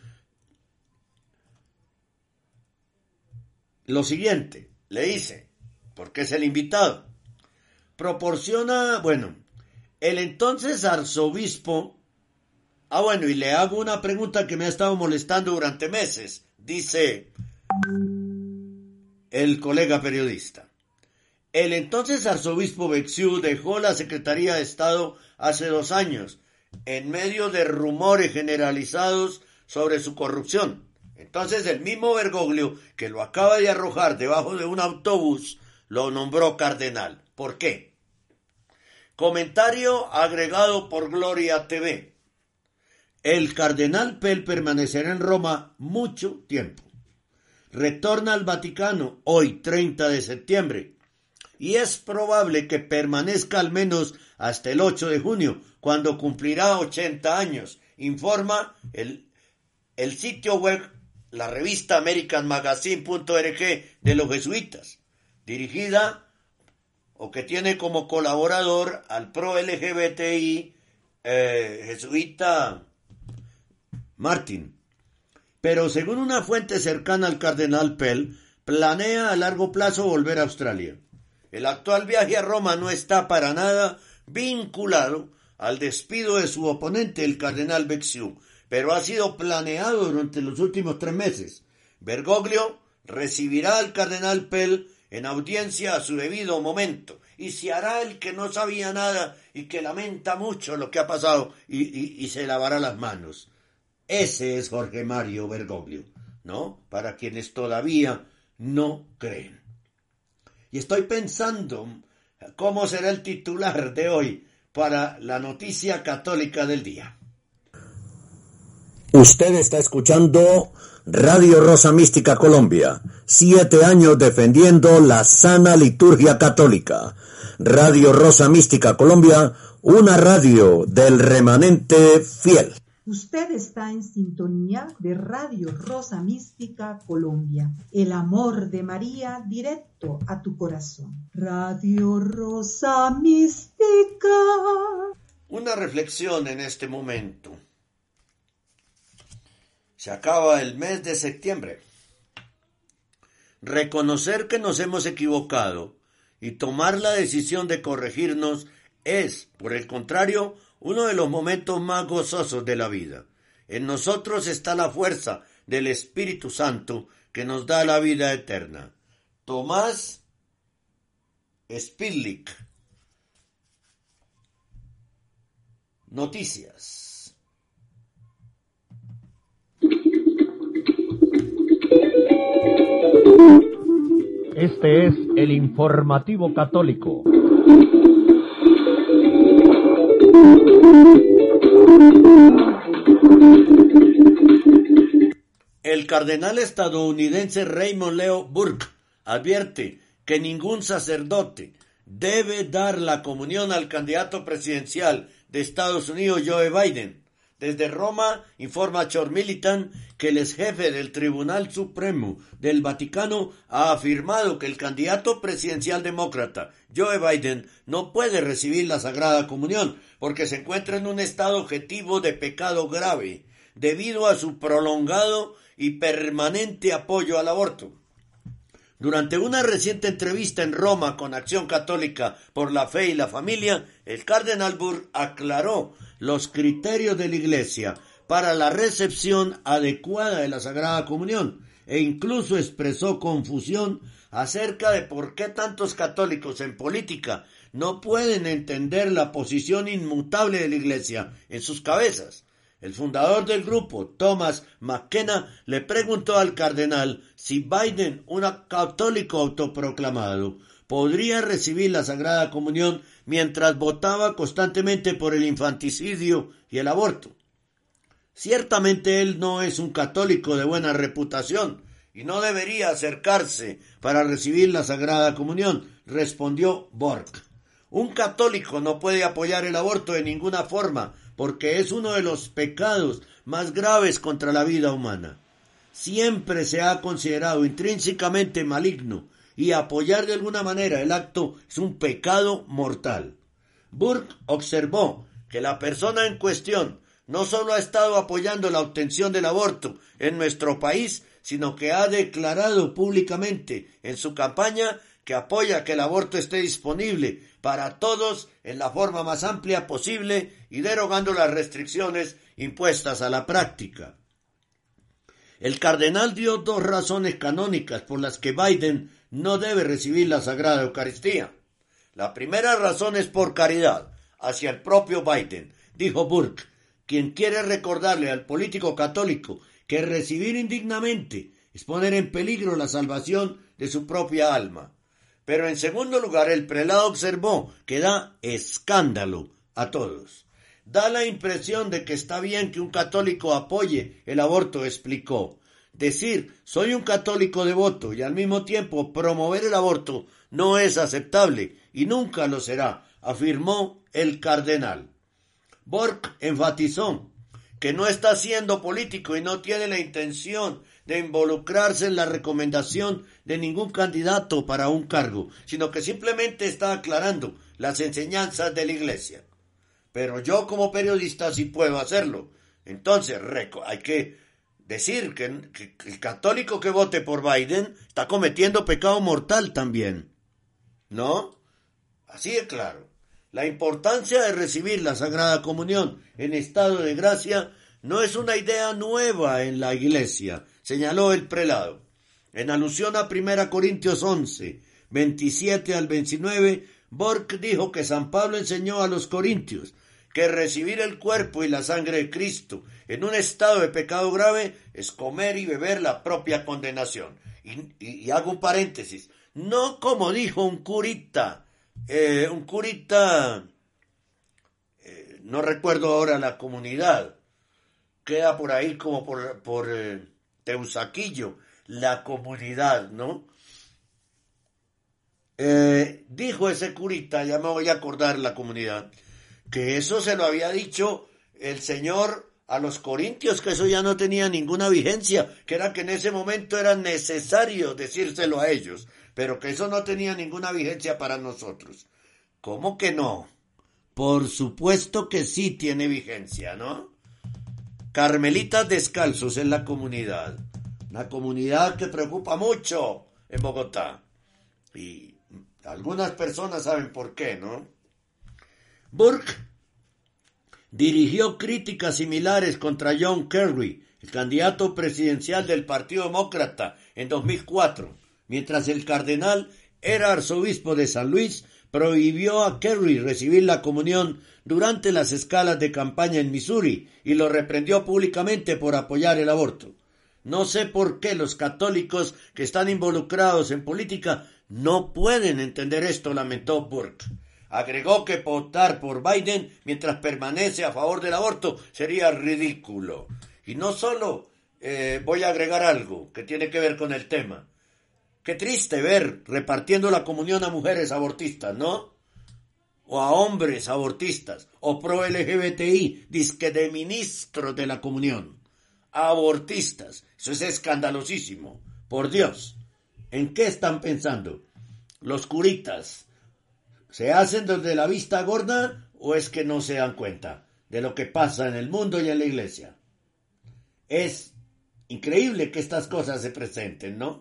lo siguiente, le dice, porque es el invitado, proporciona, bueno, el entonces arzobispo, ah bueno, y le hago una pregunta que me ha estado molestando durante meses, dice el colega periodista. El entonces arzobispo Bexu dejó la Secretaría de Estado hace dos años, en medio de rumores generalizados sobre su corrupción. Entonces el mismo Bergoglio, que lo acaba de arrojar debajo de un autobús, lo nombró cardenal. ¿Por qué? Comentario agregado por Gloria T V. El cardenal Pell permanecerá en Roma mucho tiempo. Retorna al Vaticano hoy, treinta de septiembre, y es probable que permanezca al menos hasta el ocho de junio, cuando cumplirá ochenta años, informa el, el sitio web, la revista American Magazine punto org de los jesuitas, dirigida o que tiene como colaborador al pro L G B T I eh, jesuita Martin. Pero según una fuente cercana al cardenal Pell, planea a largo plazo volver a Australia. El actual viaje a Roma no está para nada vinculado al despido de su oponente, el cardenal Becciu, pero ha sido planeado durante los últimos tres meses. Bergoglio recibirá al cardenal Pell en audiencia a su debido momento y se hará el que no sabía nada y que lamenta mucho lo que ha pasado y, y, y se lavará las manos. Ese es Jorge Mario Bergoglio, ¿no? Para quienes todavía no creen. Y estoy pensando cómo será el titular de hoy para la noticia católica del día. Usted está escuchando Radio Rosa Mística Colombia, siete años defendiendo la sana liturgia católica. Radio Rosa Mística Colombia, una radio del remanente fiel. Usted está en sintonía de Radio Rosa Mística Colombia, el amor de María directo a tu corazón. Radio Rosa Mística. Una reflexión en este momento. Se acaba el mes de septiembre. Reconocer que nos hemos equivocado y tomar la decisión de corregirnos es, por el contrario, uno de los momentos más gozosos de la vida. En nosotros está la fuerza del Espíritu Santo que nos da la vida eterna. Tomás Spidlick. Noticias. Este es el informativo católico. El cardenal estadounidense Raymond Leo Burke advierte que ningún sacerdote debe dar la comunión al candidato presidencial de Estados Unidos, Joe Biden. Desde Roma informa Chor Militant que el ex jefe del Tribunal Supremo del Vaticano ha afirmado que el candidato presidencial demócrata, Joe Biden, no puede recibir la Sagrada Comunión porque se encuentra en un estado objetivo de pecado grave debido a su prolongado y permanente apoyo al aborto. Durante una reciente entrevista en Roma con Acción Católica por la Fe y la Familia, el cardenal Burke aclaró los criterios de la Iglesia para la recepción adecuada de la Sagrada Comunión e incluso expresó confusión acerca de por qué tantos católicos en política no pueden entender la posición inmutable de la Iglesia en sus cabezas. El fundador del grupo, Thomas McKenna, le preguntó al cardenal si Biden, un católico autoproclamado, podría recibir la Sagrada Comunión mientras votaba constantemente por el infanticidio y el aborto. Ciertamente él no es un católico de buena reputación y no debería acercarse para recibir la Sagrada Comunión, respondió Burke. Un católico no puede apoyar el aborto de ninguna forma porque es uno de los pecados más graves contra la vida humana. Siempre se ha considerado intrínsecamente maligno y apoyar de alguna manera el acto es un pecado mortal. Burke observó que la persona en cuestión no solo ha estado apoyando la obtención del aborto en nuestro país, sino que ha declarado públicamente en su campaña que apoya que el aborto esté disponible para todos en la forma más amplia posible y derogando las restricciones impuestas a la práctica. El cardenal dio dos razones canónicas por las que Biden no debe recibir la Sagrada Eucaristía. La primera razón es por caridad hacia el propio Biden, dijo Burke, quien quiere recordarle al político católico que recibir indignamente es poner en peligro la salvación de su propia alma. Pero en segundo lugar, el prelado observó que da escándalo a todos. Da la impresión de que está bien que un católico apoye el aborto, explicó. Decir, soy un católico devoto y al mismo tiempo promover el aborto no es aceptable y nunca lo será, afirmó el cardenal. Burke enfatizó que no está siendo político y no tiene la intención de involucrarse en la recomendación de ningún candidato para un cargo, sino que simplemente está aclarando las enseñanzas de la Iglesia. Pero yo como periodista sí puedo hacerlo. Entonces hay que decir que, que el católico que vote por Biden está cometiendo pecado mortal también, ¿no? Así de claro. La importancia de recibir la Sagrada Comunión en estado de gracia no es una idea nueva en la Iglesia, señaló el prelado. En alusión a primera Corintios once, veintisiete al veintinueve, Burke dijo que San Pablo enseñó a los corintios que recibir el cuerpo y la sangre de Cristo en un estado de pecado grave es comer y beber la propia condenación. Y, y, y hago un paréntesis, no como dijo un curita, eh, un curita, eh, no recuerdo ahora la comunidad, queda por ahí como por, por eh, Teusaquillo, la comunidad, ¿no? Eh, dijo ese curita, ya me voy a acordar la comunidad, que eso se lo había dicho el Señor a los corintios, que eso ya no tenía ninguna vigencia, que era que en ese momento era necesario decírselo a ellos, pero que eso no tenía ninguna vigencia para nosotros. ¿Cómo que no? Por supuesto que sí tiene vigencia, ¿no? Carmelitas Descalzos en la comunidad, una comunidad que preocupa mucho en Bogotá, y algunas personas saben por qué, ¿no? Burke dirigió críticas similares contra John Kerry, el candidato presidencial del Partido Demócrata en dos mil cuatro, mientras el cardenal era arzobispo de San Luis, prohibió a Kerry recibir la comunión durante las escalas de campaña en Missouri y lo reprendió públicamente por apoyar el aborto. No sé por qué los católicos que están involucrados en política no pueden entender esto, lamentó Burke. Agregó que votar por Biden mientras permanece a favor del aborto sería ridículo. Y no solo, eh, voy a agregar algo que tiene que ver con el tema. Qué triste ver repartiendo la comunión a mujeres abortistas, ¿no? O a hombres abortistas, o pro L G B T I, disque de ministros de la comunión. Abortistas, eso es escandalosísimo. Por Dios, ¿en qué están pensando? Los curitas, ¿se hacen desde la vista gorda o es que no se dan cuenta de lo que pasa en el mundo y en la iglesia? Es increíble que estas cosas se presenten, ¿no?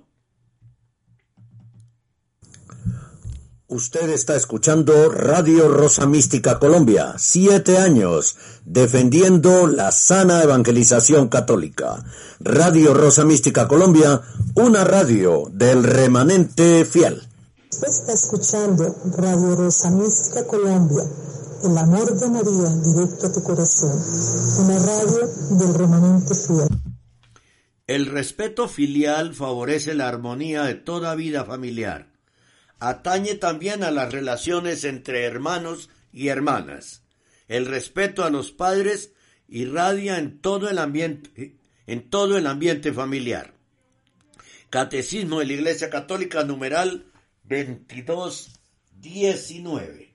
Usted está escuchando Radio Rosa Mística Colombia, siete años defendiendo la sana evangelización católica. Radio Rosa Mística Colombia, una radio del remanente fiel. Usted está escuchando Radio Rosa Mística Colombia, el amor de María directo a tu corazón, una radio del remanente fiel. El respeto filial favorece la armonía de toda vida familiar. Atañe también a las relaciones entre hermanos y hermanas. El respeto a los padres irradia en todo el ambiente, en todo el ambiente familiar. Catecismo de la Iglesia Católica, numeral veintidós diecinueve.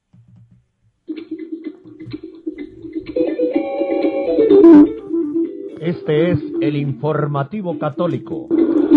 Este es el informativo católico.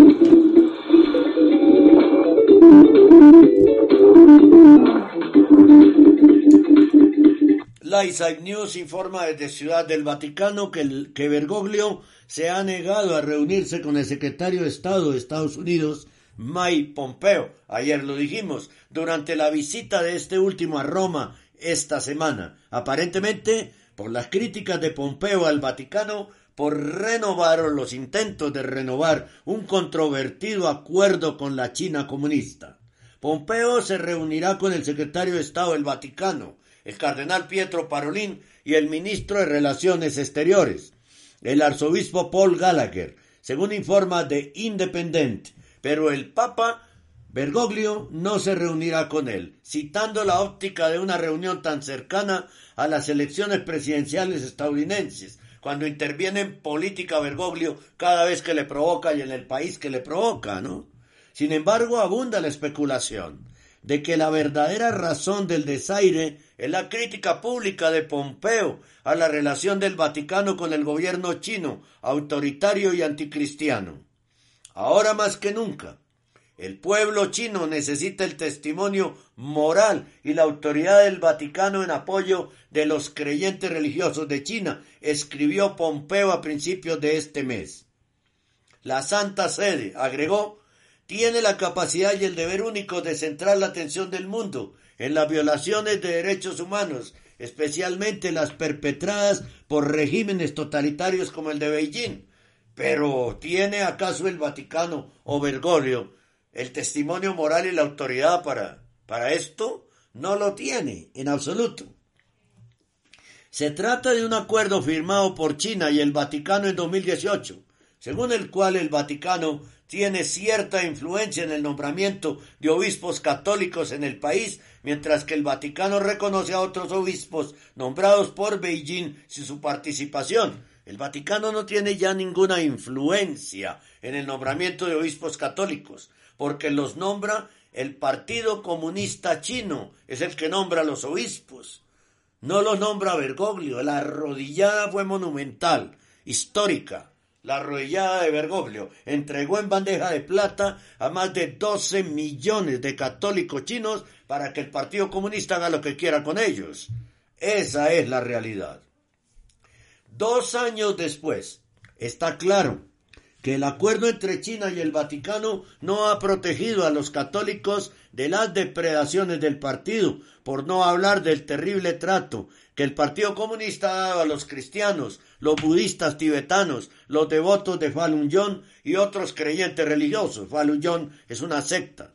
La Isaac News informa desde Ciudad del Vaticano que, el, que Bergoglio se ha negado a reunirse con el secretario de Estado de Estados Unidos, Mike Pompeo, ayer lo dijimos, durante la visita de este último a Roma esta semana, aparentemente por las críticas de Pompeo al Vaticano por renovar o los intentos de renovar un controvertido acuerdo con la China comunista. Pompeo se reunirá con el secretario de Estado del Vaticano, el cardenal Pietro Parolin, y el ministro de Relaciones Exteriores, el arzobispo Paul Gallagher, según informa The Independent, pero el Papa Bergoglio no se reunirá con él, citando la óptica de una reunión tan cercana a las elecciones presidenciales estadounidenses, cuando interviene en política Bergoglio cada vez que le provoca y en el país que le provoca, ¿no? Sin embargo, abunda la especulación. de que la verdadera razón del desaire es la crítica pública de Pompeo a la relación del Vaticano con el gobierno chino, autoritario y anticristiano. Ahora más que nunca, el pueblo chino necesita el testimonio moral y la autoridad del Vaticano en apoyo de los creyentes religiosos de China, escribió Pompeo a principios de este mes. La Santa Sede, agregó, tiene la capacidad y el deber único de centrar la atención del mundo en las violaciones de derechos humanos, especialmente las perpetradas por regímenes totalitarios como el de Beijing. Pero, ¿tiene acaso el Vaticano o Bergoglio el testimonio moral y la autoridad para, para esto? No lo tiene, en absoluto. Se trata de un acuerdo firmado por China y el Vaticano en dos mil dieciocho, según el cual el Vaticano tiene cierta influencia en el nombramiento de obispos católicos en el país, mientras que el Vaticano reconoce a otros obispos nombrados por Beijing sin su participación. El Vaticano no tiene ya ninguna influencia en el nombramiento de obispos católicos, porque los nombra el Partido Comunista Chino, es el que nombra a los obispos. No los nombra Bergoglio. La arrodillada fue monumental, histórica. La arrodillada de Bergoglio entregó en bandeja de plata a más de doce millones de católicos chinos para que el Partido Comunista haga lo que quiera con ellos. Esa es la realidad. Dos años después, está claro que el acuerdo entre China y el Vaticano no ha protegido a los católicos de las depredaciones del partido, por no hablar del terrible trato que el Partido Comunista ha dado a los cristianos, los budistas tibetanos, los devotos de Falun Gong y otros creyentes religiosos. Falun Gong es una secta.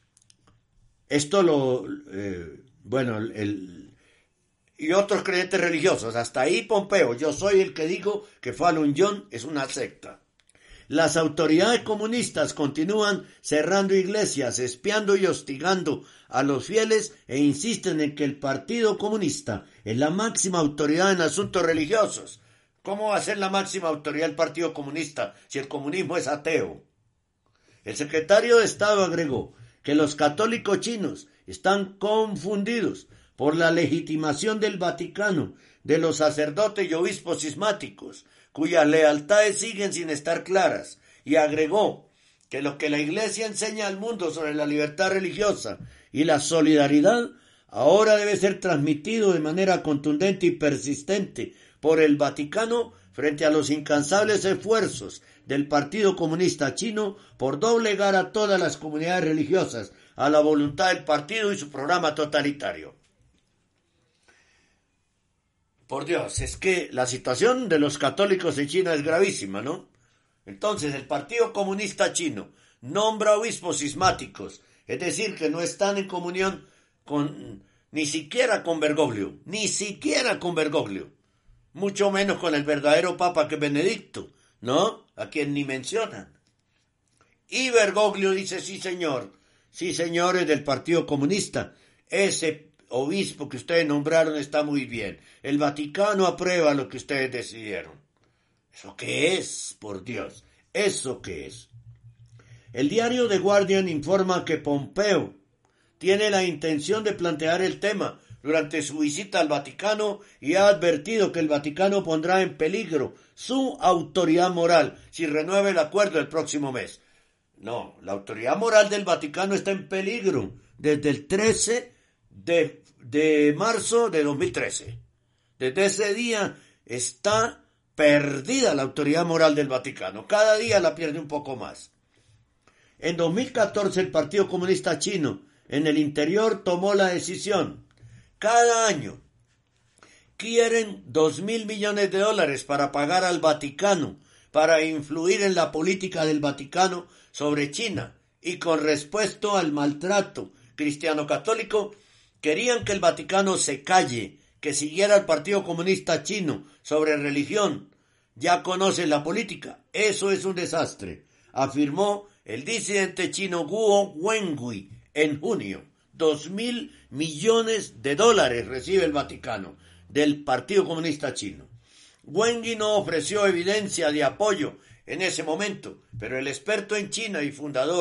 Esto lo... Eh, bueno, el... y otros creyentes religiosos. Hasta ahí Pompeo. Yo soy el que digo que Falun Gong es una secta. Las autoridades comunistas continúan cerrando iglesias, espiando y hostigando a los fieles e insisten en que el Partido Comunista es la máxima autoridad en asuntos religiosos. ¿Cómo va a ser la máxima autoridad el Partido Comunista si el comunismo es ateo? El secretario de Estado agregó que los católicos chinos están confundidos por la legitimación del Vaticano, de los sacerdotes y obispos cismáticos, cuyas lealtades siguen sin estar claras, y agregó que lo que la Iglesia enseña al mundo sobre la libertad religiosa y la solidaridad ahora debe ser transmitido de manera contundente y persistente por el Vaticano frente a los incansables esfuerzos del Partido Comunista Chino por doblegar a todas las comunidades religiosas a la voluntad del partido y su programa totalitario. Por Dios, es que la situación de los católicos en China es gravísima, ¿no? Entonces, el Partido Comunista Chino nombra obispos cismáticos, es decir, que no están en comunión con, ni siquiera con Bergoglio, ni siquiera con Bergoglio, mucho menos con el verdadero Papa que es Benedicto, ¿no? A quien ni mencionan. Y Bergoglio dice, sí señor, sí señores del Partido Comunista, ese obispo que ustedes nombraron está muy bien. El Vaticano aprueba lo que ustedes decidieron. ¿Eso qué es? Por Dios, ¿eso qué es? El diario The Guardian informa que Pompeo tiene la intención de plantear el tema durante su visita al Vaticano y ha advertido que el Vaticano pondrá en peligro su autoridad moral si renueva el acuerdo el próximo mes. No, la autoridad moral del Vaticano está en peligro desde el trece de, de marzo de dos mil trece. Desde ese día está perdida la autoridad moral del Vaticano. Cada día la pierde un poco más. En dos mil catorce el Partido Comunista Chino en el interior tomó la decisión. Cada año quieren dos mil millones de dólares para pagar al Vaticano, para influir en la política del Vaticano sobre China. Y con respecto al maltrato cristiano-católico, querían que el Vaticano se calle, que siguiera al Partido Comunista Chino sobre religión. Ya conocen la política. Eso es un desastre, afirmó el disidente chino Guo Wengui en junio. Dos mil millones de dólares recibe el Vaticano del Partido Comunista Chino. Wengui no ofreció evidencia de apoyo en ese momento, pero el experto en China y fundador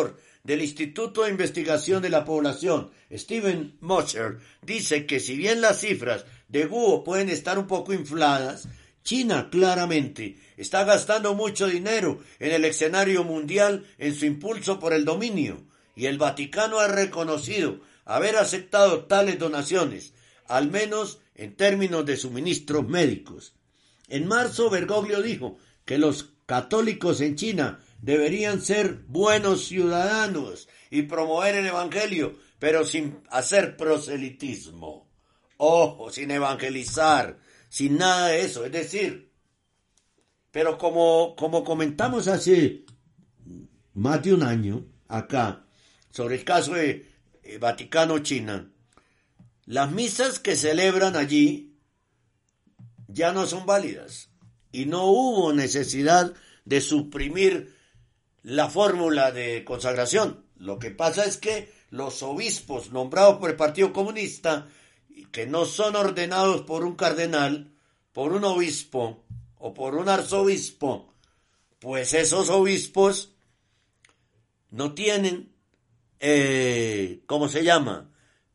del Instituto de Investigación de la Población, Steven Mosher, dice que si bien las cifras de W H O pueden estar un poco infladas, China claramente está gastando mucho dinero en el escenario mundial en su impulso por el dominio, y el Vaticano ha reconocido haber aceptado tales donaciones, al menos en términos de suministros médicos. En marzo, Bergoglio dijo que los católicos en China deberían ser buenos ciudadanos y promover el evangelio, pero sin hacer proselitismo. Ojo, sin evangelizar, sin nada de eso. Es decir, pero como, como comentamos hace más de un año acá, sobre el caso de eh, Vaticano-China, las misas que celebran allí ya no son válidas y no hubo necesidad de suprimir la fórmula de consagración. Lo que pasa es que los obispos nombrados por el Partido Comunista, que no son ordenados por un cardenal, por un obispo o por un arzobispo, pues esos obispos no tienen, eh, ¿cómo se llama?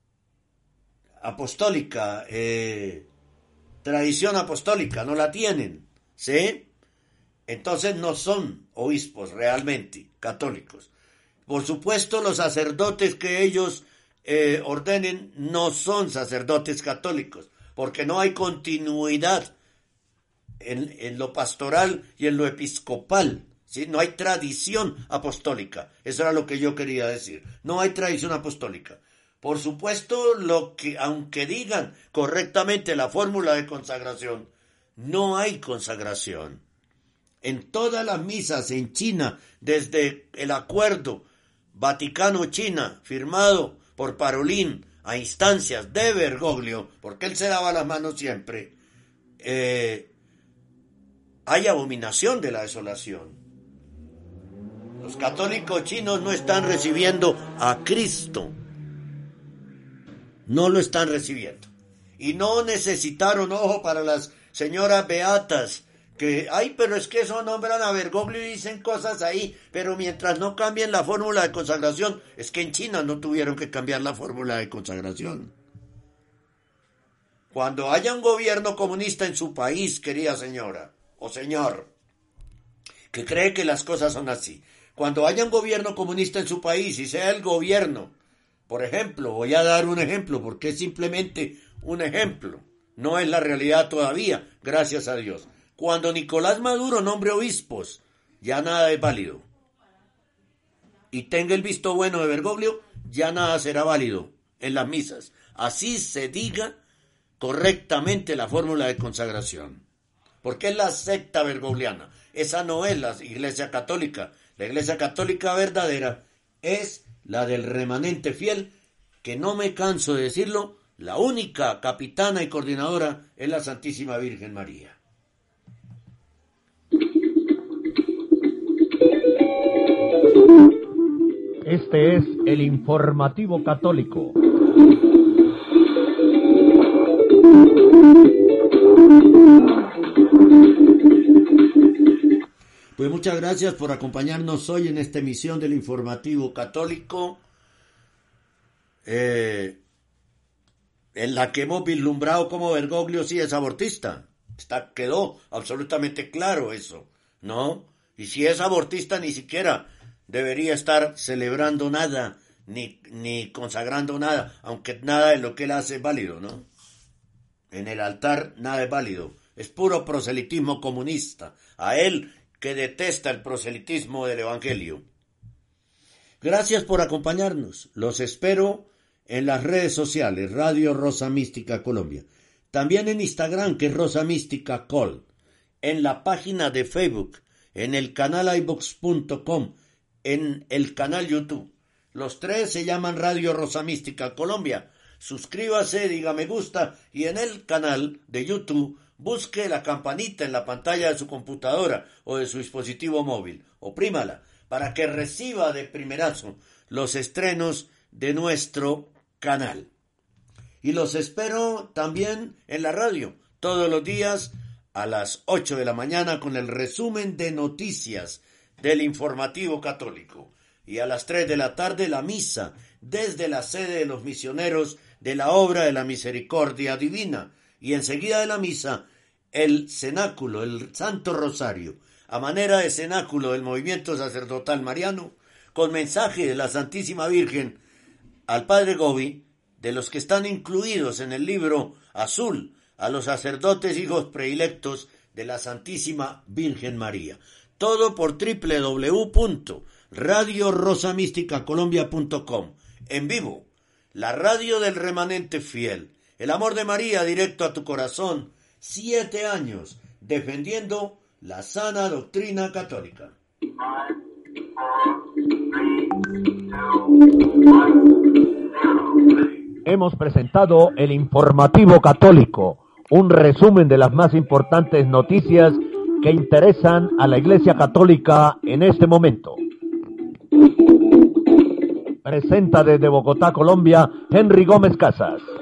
Apostólica, eh, tradición apostólica, no la tienen, ¿sí? Entonces no son obispos realmente católicos. Por supuesto, los sacerdotes que ellos eh, ordenen no son sacerdotes católicos, porque no hay continuidad en, en lo pastoral y en lo episcopal, ¿sí? No hay tradición apostólica. Eso era lo que yo quería decir. No hay tradición apostólica. Por supuesto, lo que, aunque digan correctamente la fórmula de consagración, no hay consagración. En todas las misas en China, desde el acuerdo Vaticano-China, firmado por Parolin a instancias de Bergoglio, porque él se daba las manos siempre, eh, hay abominación de la desolación. Los católicos chinos no están recibiendo a Cristo. No lo están recibiendo. Y no necesitaron, ojo, para las señoras beatas, que, ay, pero es que eso nombran a Bergoglio y dicen cosas ahí, pero mientras no cambien la fórmula de consagración, es que en China no tuvieron que cambiar la fórmula de consagración. Cuando haya un gobierno comunista en su país, querida señora, o señor, que cree que las cosas son así, cuando haya un gobierno comunista en su país y sea el gobierno, por ejemplo, voy a dar un ejemplo, porque es simplemente un ejemplo, no es la realidad todavía, gracias a Dios. Cuando Nicolás Maduro nombre obispos, ya nada es válido. Y tenga el visto bueno de Bergoglio, ya nada será válido en las misas. Así se diga correctamente la fórmula de consagración. Porque es la secta bergogliana. Esa no es la Iglesia Católica. La Iglesia Católica verdadera es la del remanente fiel, que no me canso de decirlo, la única capitana y coordinadora es la Santísima Virgen María. Este es el informativo católico. Pues muchas gracias por acompañarnos hoy en esta emisión del informativo católico, eh, en la que hemos vislumbrado cómo Bergoglio sí es abortista. Está, quedó absolutamente claro eso, ¿no? Y si es abortista, ni siquiera debería estar celebrando nada, ni, ni consagrando nada, aunque nada de lo que él hace es válido, ¿no? En el altar nada es válido, es puro proselitismo comunista, a él que detesta el proselitismo del Evangelio. Gracias por acompañarnos, los espero en las redes sociales, Radio Rosa Mística Colombia, también en Instagram, que es Rosa Mística Col, en la página de Facebook, en el canal i vox punto com, en el canal YouTube. Los tres se llaman Radio Rosa Mística Colombia. Suscríbase, diga me gusta y en el canal de YouTube busque la campanita en la pantalla de su computadora o de su dispositivo móvil. Oprímala para que reciba de primerazo los estrenos de nuestro canal. Y los espero también en la radio todos los días a las ocho de la mañana con el resumen de noticias del informativo católico. y a las tres de la tarde la misa desde la sede de los misioneros de la Obra de la Misericordia Divina, y enseguida de la misa el cenáculo, el Santo Rosario, a manera de cenáculo del movimiento sacerdotal mariano, con mensaje de la Santísima Virgen al Padre Gobi, de los que están incluidos en el libro azul, a los sacerdotes hijos predilectos de la Santísima Virgen María. Todo por doble u doble u doble u punto radio rosa mística colombia punto com. En vivo, la radio del remanente fiel. El amor de María directo a tu corazón. Siete años defendiendo la sana doctrina católica. Hemos presentado el Informativo Católico, un resumen de las más importantes noticias que interesan a la Iglesia Católica en este momento. Presenta desde Bogotá, Colombia, Henry Gómez Casas.